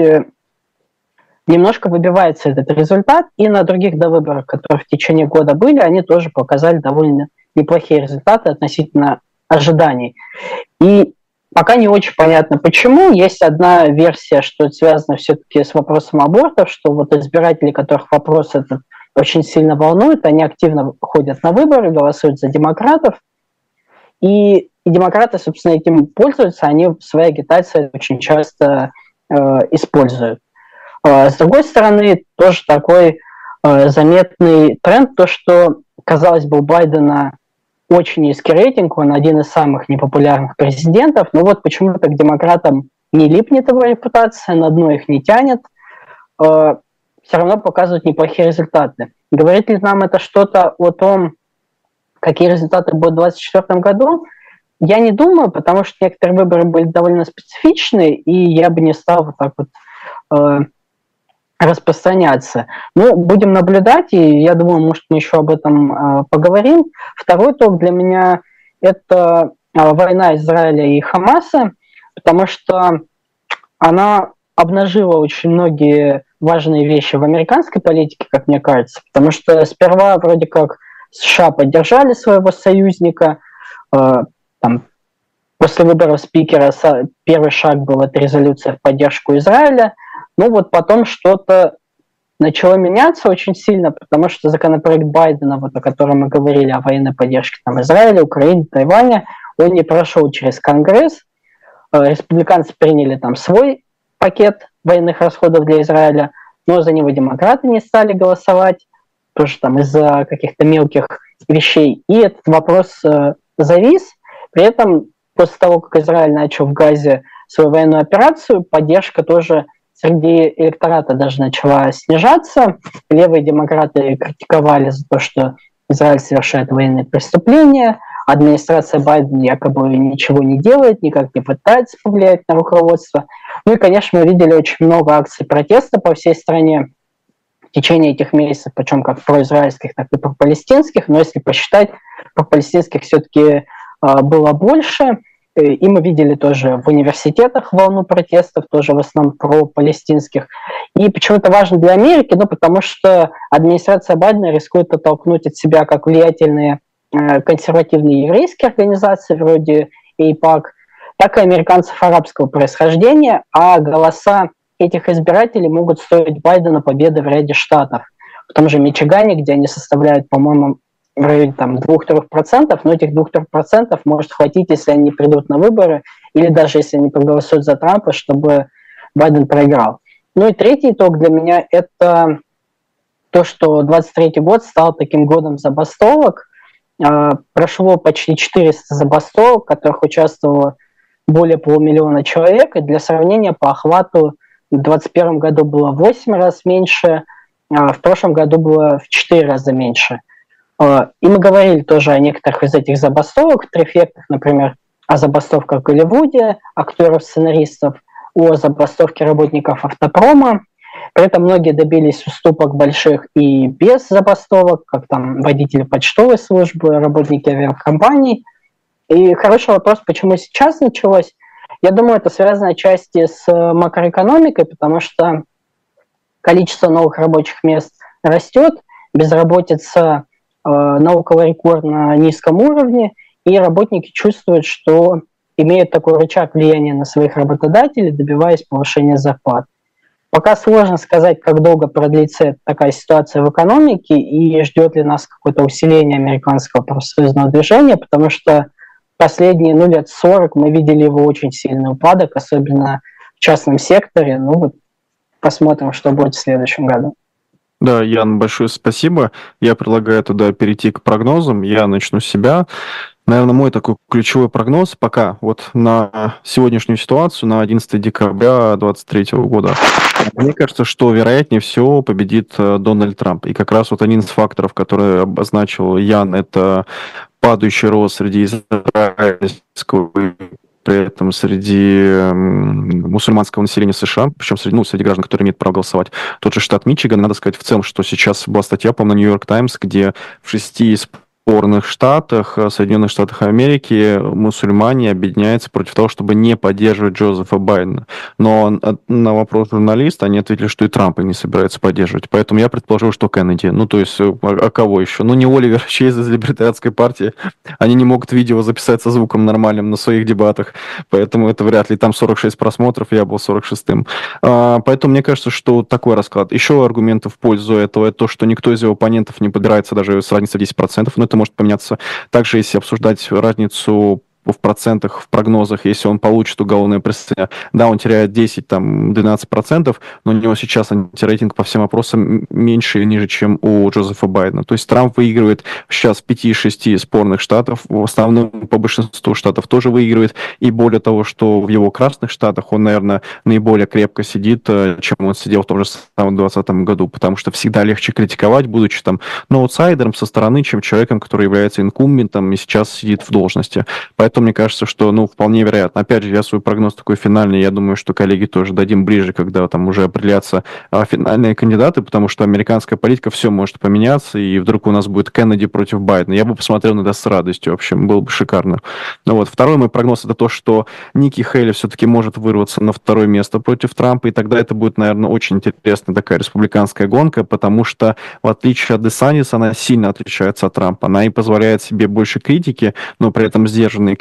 немножко выбивается этот результат, и на других довыборах, которые в течение года были, они тоже показали довольно неплохие результаты относительно ожиданий. И пока не очень понятно, почему. Есть одна версия, что это связано все-таки с вопросом абортов, что вот избиратели, которых вопрос этот очень сильно волнует, они активно ходят на выборы, голосуют за демократов, и демократы, собственно, этим пользуются, они в своей агитации очень часто используют. С другой стороны, тоже такой заметный тренд, то, что, казалось бы, у Байдена очень низкий рейтинг, он один из самых непопулярных президентов, но вот почему-то к демократам не липнет его репутация, на дно их не тянет, все равно показывают неплохие результаты. Говорит ли нам это что-то о том, какие результаты будут в 2024 году? Я не думаю, потому что некоторые выборы были довольно специфичны, и я бы не стал вот так вот распространяться. Но будем наблюдать, и я думаю, может, мы еще об этом поговорим. Второй итог для меня – это война Израиля и Хамаса, потому что она обнажила очень многие важные вещи в американской политике, как мне кажется, потому что сперва вроде как США поддержали своего союзника, там, после выборов спикера первый шаг был это резолюция в поддержку Израиля, ну вот потом что-то начало меняться очень сильно, потому что законопроект Байдена, вот, о котором мы говорили, о военной поддержке там, Израиля, Украины, Тайваня, он не прошел через Конгресс. Республиканцы приняли там свой пакет военных расходов для Израиля, но за него демократы не стали голосовать, тоже там из-за каких-то мелких вещей. И этот вопрос завис. При этом после того, как Израиль начал в Газе свою военную операцию, поддержка тоже среди электората даже начала снижаться. Левые демократы критиковали за то, что Израиль совершает военные преступления, администрация Байдена якобы ничего не делает, никак не пытается повлиять на руководство. Ну и, конечно, мы видели очень много акций протеста по всей стране в течение этих месяцев, причем как произраильских, так и пропалестинских. Но если посчитать, пропалестинских все-таки было больше. И мы видели тоже в университетах волну протестов, тоже в основном пропалестинских. И почему это важно для Америки? Ну, потому что администрация Байдена рискует оттолкнуть от себя как влиятельные консервативные еврейские организации вроде AIPAC, так и американцев арабского происхождения, а голоса этих избирателей могут стоить Байдену победы в ряде штатов. В том же Мичигане, где они составляют, по-моему, в районе 2-3%, но этих 2-3% может хватить, если они придут на выборы, или даже если они проголосуют за Трампа, чтобы Байден проиграл. Ну и третий итог для меня – это то, что 23-й год стал таким годом забастовок. Прошло почти 400 забастовок, в которых участвовало более 500 000 человек. И для сравнения, по охвату в 2021 году было в 8 раз меньше, а в прошлом году было в 4 раза меньше. И мы говорили тоже о некоторых из этих забастовок, трефектах, например, о забастовках в Голливуде, актеров-сценаристов, о забастовке работников автопрома. При этом многие добились уступок больших и без забастовок, как там водители почтовой службы, работники авиакомпаний. И хороший вопрос, почему сейчас началось. Я думаю, это связано отчасти с макроэкономикой, потому что количество новых рабочих мест растет, безработица на около рекордно низком уровне, и работники чувствуют, что имеют такой рычаг влияния на своих работодателей, добиваясь повышения зарплат. Пока сложно сказать, как долго продлится такая ситуация в экономике и ждет ли нас какое-то усиление американского профсоюзного движения, потому что последние лет 40 мы видели его очень сильный упадок, особенно в частном секторе. Ну вот посмотрим, что будет в следующем году. Да, Ян, большое спасибо. Я предлагаю туда перейти к прогнозам. Я начну с себя. Наверное, мой такой ключевой прогноз пока вот на сегодняшнюю ситуацию, на 11 декабря 2023 года. Мне кажется, что вероятнее всего победит Дональд Трамп. И как раз вот один из факторов, который обозначил Ян, это падающий рост среди израильского, при этом среди мусульманского населения США, причем среди граждан, которые имеют право голосовать. Тот же штат Мичиган, надо сказать, в целом, что сейчас была статья, по-моему, на Нью-Йорк Таймс, где в 6 спорных штатах, Соединенных Штатах Америки, мусульмане объединяются против того, чтобы не поддерживать Джозефа Байдена. Но на вопрос журналиста они ответили, что и Трампа не собираются поддерживать. Поэтому я предположил, что Кеннеди. Ну, то есть, а кого еще? Ну, не Оливер Чейз из либертарианской партии. Они не могут видео записать со звуком нормальным на своих дебатах. Поэтому это вряд ли. Там 46 просмотров, я был 46-м. Поэтому мне кажется, что такой расклад. Еще аргументы в пользу этого, это то, что никто из его оппонентов не подбирается даже с разницей в 10%. Но это может поменяться. Также, если обсуждать разницу в процентах, в прогнозах, если он получит уголовное преследование, да, он теряет 10-12%, но у него сейчас антирейтинг по всем вопросам меньше и ниже, чем у Джозефа Байдена. То есть Трамп выигрывает сейчас в 5-6 спорных штатов, в основном по большинству штатов тоже выигрывает, и более того, что в его красных штатах он, наверное, наиболее крепко сидит, чем он сидел в том же самом 2020 году, потому что всегда легче критиковать, будучи там аутсайдером со стороны, чем человеком, который является инкумбентом и сейчас сидит в должности. Поэтому мне кажется, что, вполне вероятно. Опять же, я свой прогноз такой финальный, я думаю, что коллеги тоже дадим ближе, когда там уже определятся финальные кандидаты, потому что американская политика, все может поменяться, и вдруг у нас будет Кеннеди против Байдена. Я бы посмотрел на это с радостью, в общем, было бы шикарно. Второй мой прогноз — это то, что Ники Хейли все-таки может вырваться на второе место против Трампа, и тогда это будет, наверное, очень интересная такая республиканская гонка, потому что, в отличие от Десантиса, она сильно отличается от Трампа. Она и позволяет себе больше критики, но при этом сдержанной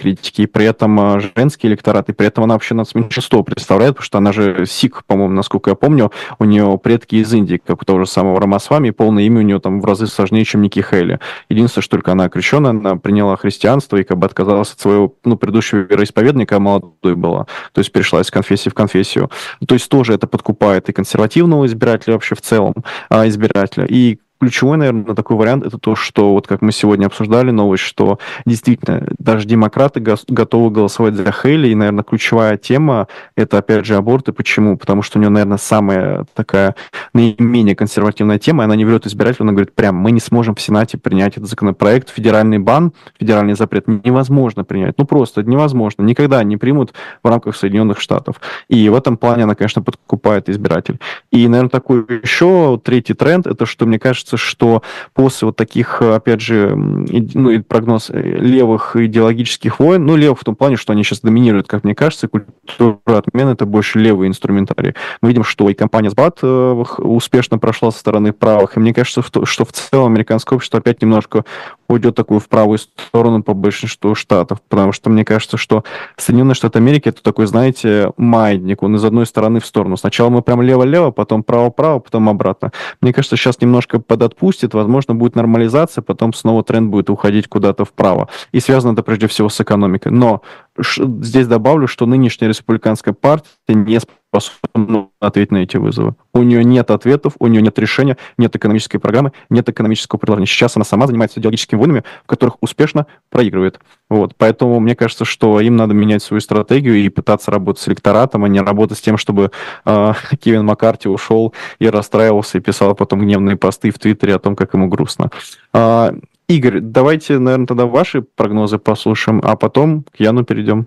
критики, и при этом женский электорат, и при этом она вообще нас меньшинство представляет, потому что она же сикх, по-моему, насколько я помню, у нее предки из Индии, как у того же самого Рамасвами, и полное имя у нее там в разы сложнее, чем Ники Хейли. Единственное, что только она крещенная, она приняла христианство и как бы отказалась от своего, предыдущего вероисповедания, когда молодой была, то есть перешла из конфессии в конфессию. То есть тоже это подкупает и консервативного избирателя вообще в целом, избирателя, и ключевой, наверное, такой вариант, это то, что, вот как мы сегодня обсуждали новость, что действительно даже демократы готовы голосовать за Хейли, и, наверное, ключевая тема — это, опять же, аборты. Почему? Потому что у нее, наверное, самая такая наименее консервативная тема, и она не врет избирателю, она говорит, прям, мы не сможем в Сенате принять этот законопроект, федеральный бан, федеральный запрет невозможно принять, просто невозможно, никогда не примут в рамках Соединенных Штатов. И в этом плане она, конечно, подкупает избиратель. И, наверное, такой еще третий тренд, это что, мне кажется, что после вот таких, опять же, прогноз левых идеологических войн, левых в том плане, что они сейчас доминируют, как мне кажется, культура отмены — это больше левый инструментарий. Мы видим, что и кампания СБАТ успешно прошла со стороны правых, и мне кажется, что в целом американское общество опять немножко уйдет такую в правую сторону по большинству штатов, потому что мне кажется, что Соединенные Штаты Америки — это такой, знаете, маятник, он из одной стороны в сторону. Сначала мы прям лево-лево, потом право-право, потом обратно. Мне кажется, сейчас немножко подотпустит, возможно, будет нормализация, потом снова тренд будет уходить куда-то вправо. И связано это прежде всего с экономикой. Но здесь добавлю, что нынешняя республиканская партия не способна ответить на эти вызовы. У нее нет ответов, у нее нет решения, нет экономической программы, нет экономического предложения. Сейчас она сама занимается идеологическими войнами, в которых успешно проигрывает. Поэтому мне кажется, что им надо менять свою стратегию и пытаться работать с электоратом, а не работать с тем, чтобы Кевин Маккарти ушел и расстраивался, и писал потом гневные посты в Твиттере о том, как ему грустно. Игорь, давайте, наверное, тогда ваши прогнозы послушаем, а потом к Яну перейдем.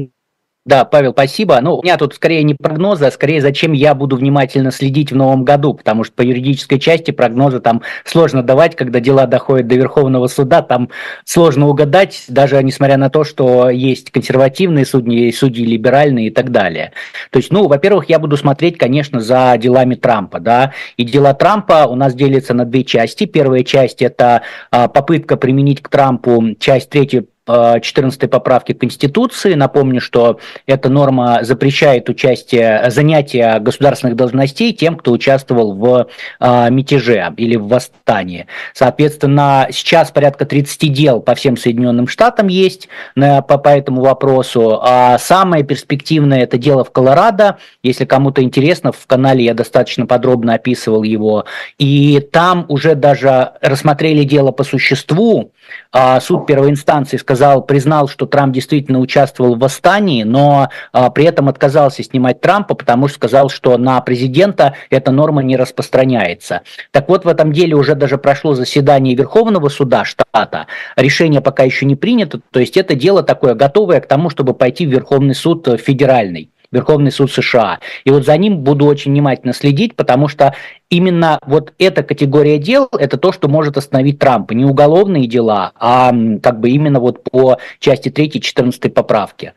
Да, Павел, спасибо. У меня тут скорее не прогнозы, а скорее зачем я буду внимательно следить в новом году, потому что по юридической части прогнозы там сложно давать, когда дела доходят до Верховного суда, там сложно угадать, даже несмотря на то, что есть консервативные судьи, судьи либеральные и так далее. То есть, во-первых, я буду смотреть, конечно, за делами Трампа, да, и дела Трампа у нас делятся на две части. Первая часть – это попытка применить к Трампу часть 3 14 поправки Конституции. Напомню, что эта норма запрещает занятие государственных должностей тем, кто участвовал в мятеже или в восстании. Соответственно, сейчас порядка 30 дел по всем Соединенным Штатам есть по этому вопросу. А самое перспективное — это дело в Колорадо. Если кому-то интересно, в канале я достаточно подробно описывал его. И там уже даже рассмотрели дело по существу. Суд первой инстанции признал, что Трамп действительно участвовал в восстании, но при этом отказался снимать Трампа, потому что сказал, что на президента эта норма не распространяется. Так вот, в этом деле уже даже прошло заседание Верховного суда штата, решение пока еще не принято, то есть это дело такое готовое к тому, чтобы пойти в Верховный суд федеральный. Верховный суд США. И за ним буду очень внимательно следить, потому что именно эта категория дел – это то, что может остановить Трампа. Не уголовные дела, а именно по части 3 14 поправки.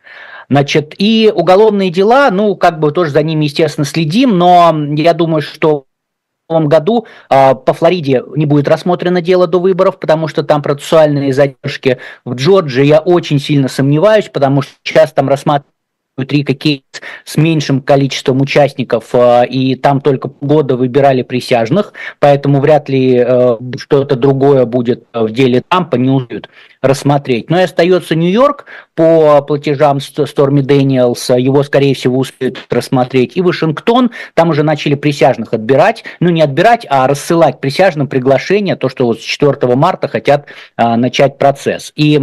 И уголовные дела, тоже за ними, естественно, следим, но я думаю, что в новом году по Флориде не будет рассмотрено дело до выборов, потому что там процессуальные задержки. В Джорджии я очень сильно сомневаюсь, потому что сейчас там рассматривают кейс с меньшим количеством участников, и там только года выбирали присяжных, поэтому вряд ли что-то другое будет в деле Трампа, не успеют рассмотреть. Но и остается Нью-Йорк по платежам Сторми Дэниелс, его, скорее всего, успеют рассмотреть, и Вашингтон, там уже начали присяжных отбирать, не отбирать, а рассылать присяжным приглашения, то, что с 4 марта хотят начать процесс. И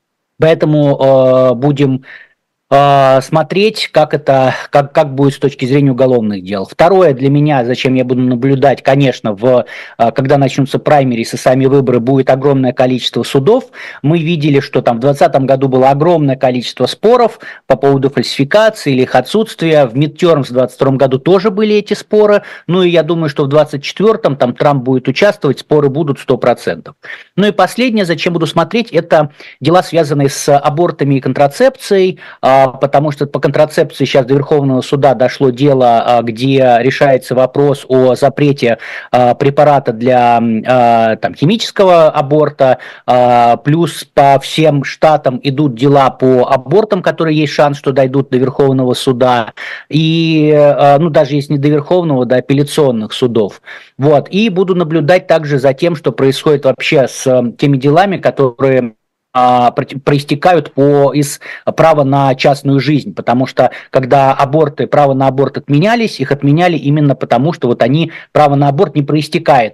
поэтому будем смотреть, как будет с точки зрения уголовных дел. Второе для меня, зачем я буду наблюдать, конечно, когда начнутся праймерис и сами выборы, будет огромное количество судов. Мы видели, что там в 2020 году было огромное количество споров по поводу фальсификации или их отсутствия. В мидтермс в 2022 году тоже были эти споры. И я думаю, что в 2024 там Трамп будет участвовать, споры будут 100%. И последнее, зачем буду смотреть, это дела, связанные с абортами и контрацепцией. потому что по контрацепции сейчас до Верховного суда дошло дело, где решается вопрос о запрете препарата для химического аборта, плюс по всем штатам идут дела по абортам, которые есть шанс, что дойдут до Верховного суда, и, даже если не до Верховного, до апелляционных судов. Вот. И буду наблюдать также за тем, что происходит вообще с теми делами, которые проистекают из права на частную жизнь, потому что когда право на аборт отменялись, их отменяли именно потому, что вот право на аборт не проистекает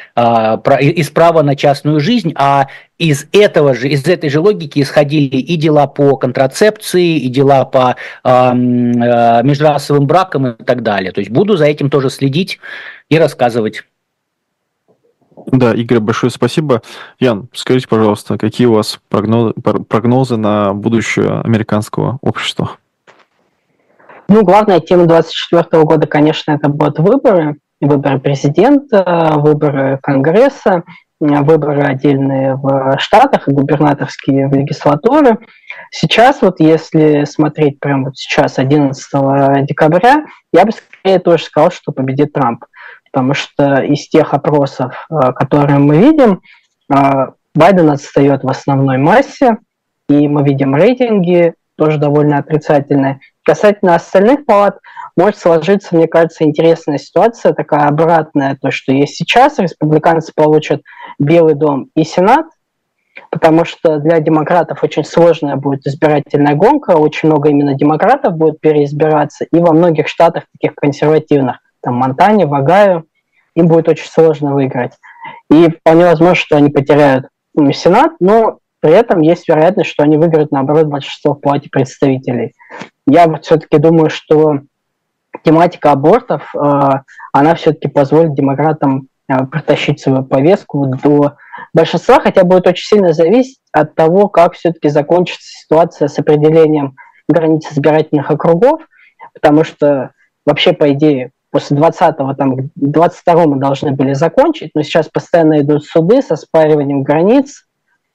из права на частную жизнь, а из этой же логики исходили и дела по контрацепции, и дела по межрасовым бракам и так далее. То есть буду за этим тоже следить и рассказывать. Да, Игорь, большое спасибо. Ян, скажите, пожалуйста, какие у вас прогнозы на будущее американского общества? Главная тема 2024 года, конечно, это будут выборы президента, выборы Конгресса, выборы отдельные в штатах и губернаторские в легислатуры. Сейчас, если смотреть прямо сейчас, 11 декабря, я бы скорее тоже сказал, что победит Трамп. Потому что из тех опросов, которые мы видим, Байден отстает в основной массе, и мы видим рейтинги тоже довольно отрицательные. Касательно остальных палат, может сложиться, мне кажется, интересная ситуация, такая обратная, то, что есть сейчас. Республиканцы получат Белый дом и Сенат, потому что для демократов очень сложная будет избирательная гонка, очень много именно демократов будет переизбираться, и во многих штатах, таких консервативных, Монтане, в Огайо, им будет очень сложно выиграть. И вполне возможно, что они потеряют Сенат, но при этом есть вероятность, что они выиграют, наоборот, большинство в Палате представителей. Я все-таки думаю, что тематика абортов, она все-таки позволит демократам протащить свою повестку до большинства, хотя будет очень сильно зависеть от того, как все-таки закончится ситуация с определением границ избирательных округов, потому что вообще, по идее, после 20-го, 22-го мы должны были закончить, но сейчас постоянно идут суды со спариванием границ,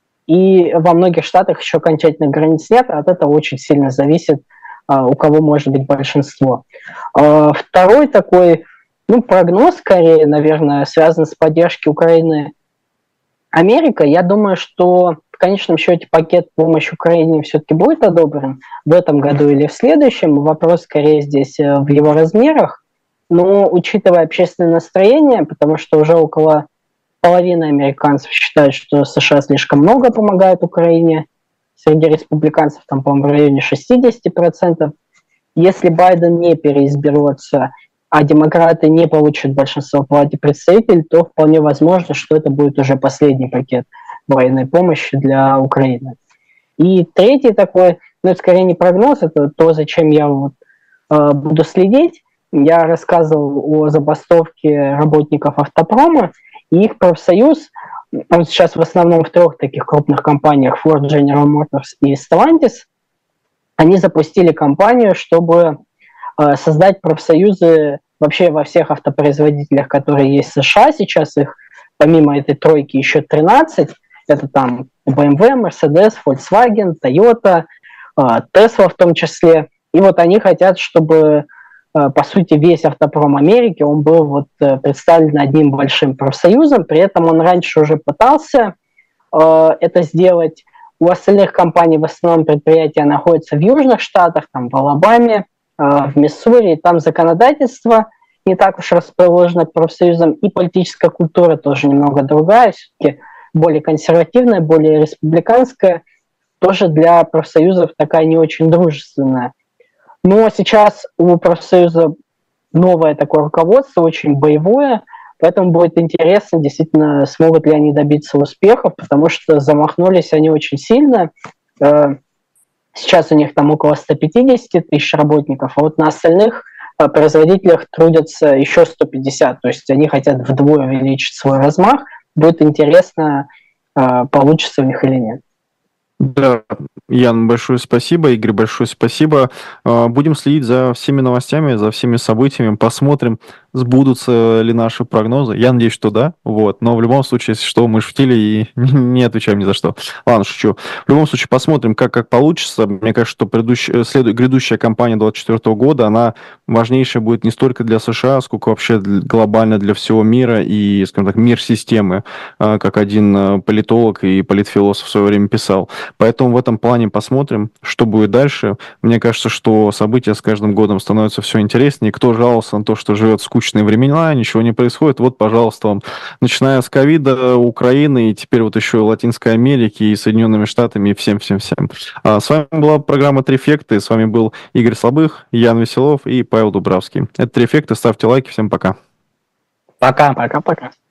и во многих штатах еще окончательных границ нет, а от этого очень сильно зависит, у кого может быть большинство. Второй такой, прогноз, скорее, наверное, связан с поддержкой Украины Америка. Я думаю, что в конечном счете пакет помощи Украине все-таки будет одобрен в этом году или в следующем. Вопрос скорее здесь в его размерах. Но учитывая общественное настроение, потому что уже около половины американцев считают, что США слишком много помогают Украине, среди республиканцев по-моему, в районе 60%. Если Байден не переизберется, а демократы не получат большинство в Палате представителей, то вполне возможно, что это будет уже последний пакет военной помощи для Украины. И третий такой, это скорее не прогноз, это то, зачем я буду следить. Я рассказывал о забастовке работников автопрома, и их профсоюз, он сейчас в основном в 3 таких крупных компаниях, Ford, General Motors и Stellantis, они запустили кампанию, чтобы создать профсоюзы вообще во всех автопроизводителях, которые есть в США. Сейчас их, помимо этой тройки, еще 13. Это BMW, Mercedes, Volkswagen, Toyota, Tesla в том числе. И они хотят, чтобы по сути, весь автопром Америки, он был представлен одним большим профсоюзом, при этом он раньше уже пытался это сделать. У остальных компаний в основном предприятия находятся в южных штатах, в Алабаме, в Миссури, там законодательство не так уж расположено к профсоюзам, и политическая культура тоже немного другая, все-таки более консервативная, более республиканская, тоже для профсоюзов такая не очень дружественная. Но сейчас у профсоюза новое такое руководство, очень боевое, поэтому будет интересно, действительно, смогут ли они добиться успехов, потому что замахнулись они очень сильно. Сейчас у них около 150 тысяч работников, а на остальных производителях трудятся еще 150, то есть они хотят вдвое увеличить свой размах. Будет интересно, получится у них или нет. Да, Ян, большое спасибо, Игорь, большое спасибо. Будем следить за всеми новостями, за всеми событиями, посмотрим, сбудутся ли наши прогнозы. Я надеюсь, что да, вот. Но в любом случае, если что, мы шутили и не отвечаем ни за что. Ладно, шучу. В любом случае, посмотрим, как получится. Мне кажется, что грядущая кампания 2024 года, она важнейшая будет не столько для США, сколько вообще глобально для всего мира и, скажем так, мир системы, как один политолог и политфилософ в свое время писал. Поэтому в этом плане посмотрим, что будет дальше. Мне кажется, что события с каждым годом становятся все интереснее. Кто жаловался на то, что живет в скучные времена, ничего не происходит, вот, пожалуйста, вам. Начиная с ковида, Украины, и теперь вот еще и Латинской Америки, и Соединенными Штатами, и всем-всем-всем. С вами была программа «Трефекты». С вами был Игорь Слабых, Ян Веселов и Павел Дубравский. Это «Трефекты». Ставьте лайки. Всем пока. Пока. Пока-пока.